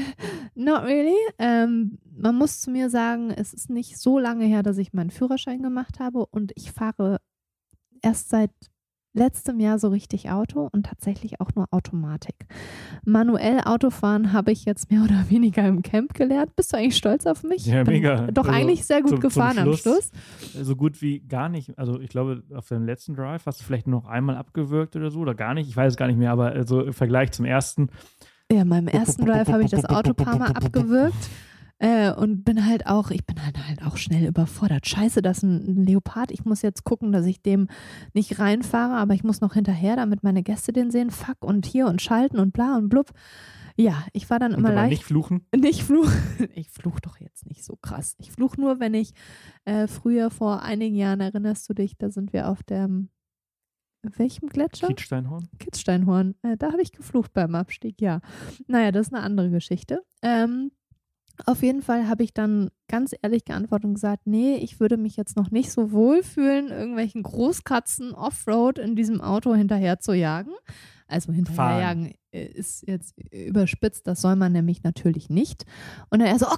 Speaker 2: not really. Ähm, man muss zu mir sagen, es ist nicht so lange her, dass ich meinen Führerschein gemacht habe und ich fahre erst seit letztem Jahr so richtig Auto und tatsächlich auch nur Automatik. Manuell Autofahren habe ich jetzt mehr oder weniger im Camp gelernt. Bist du eigentlich stolz auf mich?
Speaker 1: Ja,
Speaker 2: Bin
Speaker 1: mega.
Speaker 2: Doch
Speaker 1: also
Speaker 2: eigentlich sehr gut
Speaker 1: zum,
Speaker 2: gefahren
Speaker 1: zum Schluss,
Speaker 2: am Schluss.
Speaker 1: So gut wie gar nicht. Also ich glaube, auf deinem letzten Drive hast du vielleicht noch einmal abgewürgt oder so oder gar nicht. Ich weiß es gar nicht mehr, aber also im Vergleich zum ersten.
Speaker 2: Ja, in meinem ersten Drive habe ich das Auto ein paar Mal abgewürgt. Äh, und bin halt auch, ich bin halt, halt auch schnell überfordert. Scheiße, das ist ein Leopard. Ich muss jetzt gucken, dass ich dem nicht reinfahre, aber ich muss noch hinterher, damit meine Gäste den sehen. Fuck und hier und schalten und bla und blub. Ja, ich war dann
Speaker 1: und
Speaker 2: immer leicht.
Speaker 1: Nicht fluchen?
Speaker 2: Nicht fluchen. Ich fluch doch jetzt nicht so krass. Ich fluch nur, wenn ich äh, früher vor einigen Jahren, erinnerst du dich, da sind wir auf dem, welchem Gletscher?
Speaker 1: Kitzsteinhorn.
Speaker 2: Kitzsteinhorn. Äh, da habe ich geflucht beim Abstieg, ja. Naja, das ist eine andere Geschichte. Ähm, Auf jeden Fall habe ich dann ganz ehrlich geantwortet und gesagt, nee, ich würde mich jetzt noch nicht so wohl fühlen, irgendwelchen Großkatzen Offroad in diesem Auto hinterher zu jagen. Also hinterherjagen ist jetzt überspitzt, das soll man nämlich natürlich nicht. Und dann er so, okay,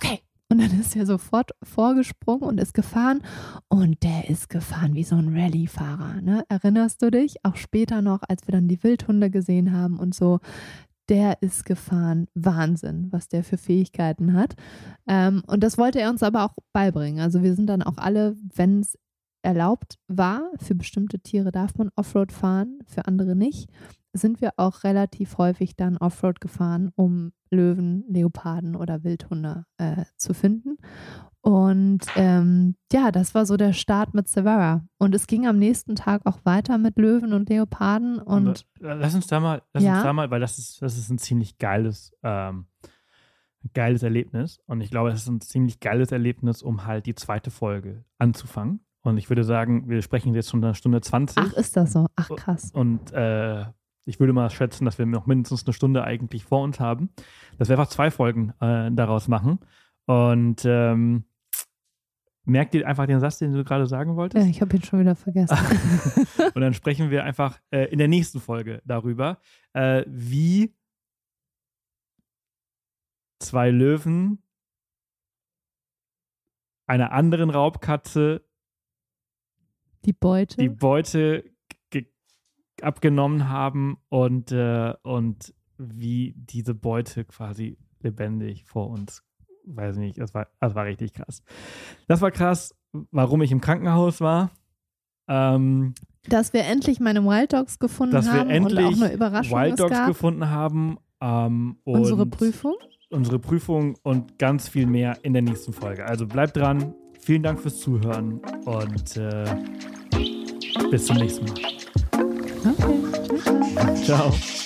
Speaker 2: Und dann ist er sofort vorgesprungen und ist gefahren. Und der ist gefahren wie so ein Rallye-Fahrer. Ne? Erinnerst du dich? Auch später noch, als wir dann die Wildhunde gesehen haben und so. Der ist gefahren. Wahnsinn, was der für Fähigkeiten hat. Ähm, und das wollte er uns aber auch beibringen. Also wir sind dann auch alle, wenn es erlaubt war, für bestimmte Tiere darf man Offroad fahren, für andere nicht, sind wir auch relativ häufig dann Offroad gefahren, um Löwen, Leoparden oder Wildhunde äh, zu finden. Und ähm, ja, das war so der Start mit Severa. Und es ging am nächsten Tag auch weiter mit Löwen und Leoparden. Und
Speaker 1: Aber, lass uns da mal, lass
Speaker 2: ja?
Speaker 1: uns da mal, weil das ist, das ist ein ziemlich geiles, ähm, geiles Erlebnis. Und ich glaube, das ist ein ziemlich geiles Erlebnis, um halt die zweite Folge anzufangen. Und ich würde sagen, wir sprechen jetzt schon eine Stunde zwanzig.
Speaker 2: Ach, ist das so? Ach, krass.
Speaker 1: Und äh, ich würde mal schätzen, dass wir noch mindestens eine Stunde eigentlich vor uns haben. Dass wir einfach zwei Folgen äh, daraus machen. Und ähm, merkt ihr einfach den Satz, den du gerade sagen wolltest?
Speaker 2: Ja, ich habe ihn schon wieder vergessen.
Speaker 1: Und dann sprechen wir einfach äh, in der nächsten Folge darüber, äh, wie zwei Löwen einer anderen Raubkatze
Speaker 2: die Beute.
Speaker 1: die Beute ge- abgenommen haben und, äh, und wie diese Beute quasi lebendig vor uns, weiß nicht, das war, das war richtig krass. Das war krass, warum ich im Krankenhaus war. Ähm,
Speaker 2: dass wir endlich meine Wild Dogs gefunden
Speaker 1: dass wir
Speaker 2: haben
Speaker 1: endlich
Speaker 2: und auch eine Überraschung
Speaker 1: Wild Dogs
Speaker 2: es gab.
Speaker 1: gefunden haben. Ähm, und
Speaker 2: Unsere Prüfung.
Speaker 1: Unsere Prüfung und ganz viel mehr in der nächsten Folge. Also bleibt dran. Vielen Dank fürs Zuhören und äh, bis zum nächsten Mal.
Speaker 2: Okay. Ciao.
Speaker 1: Ciao.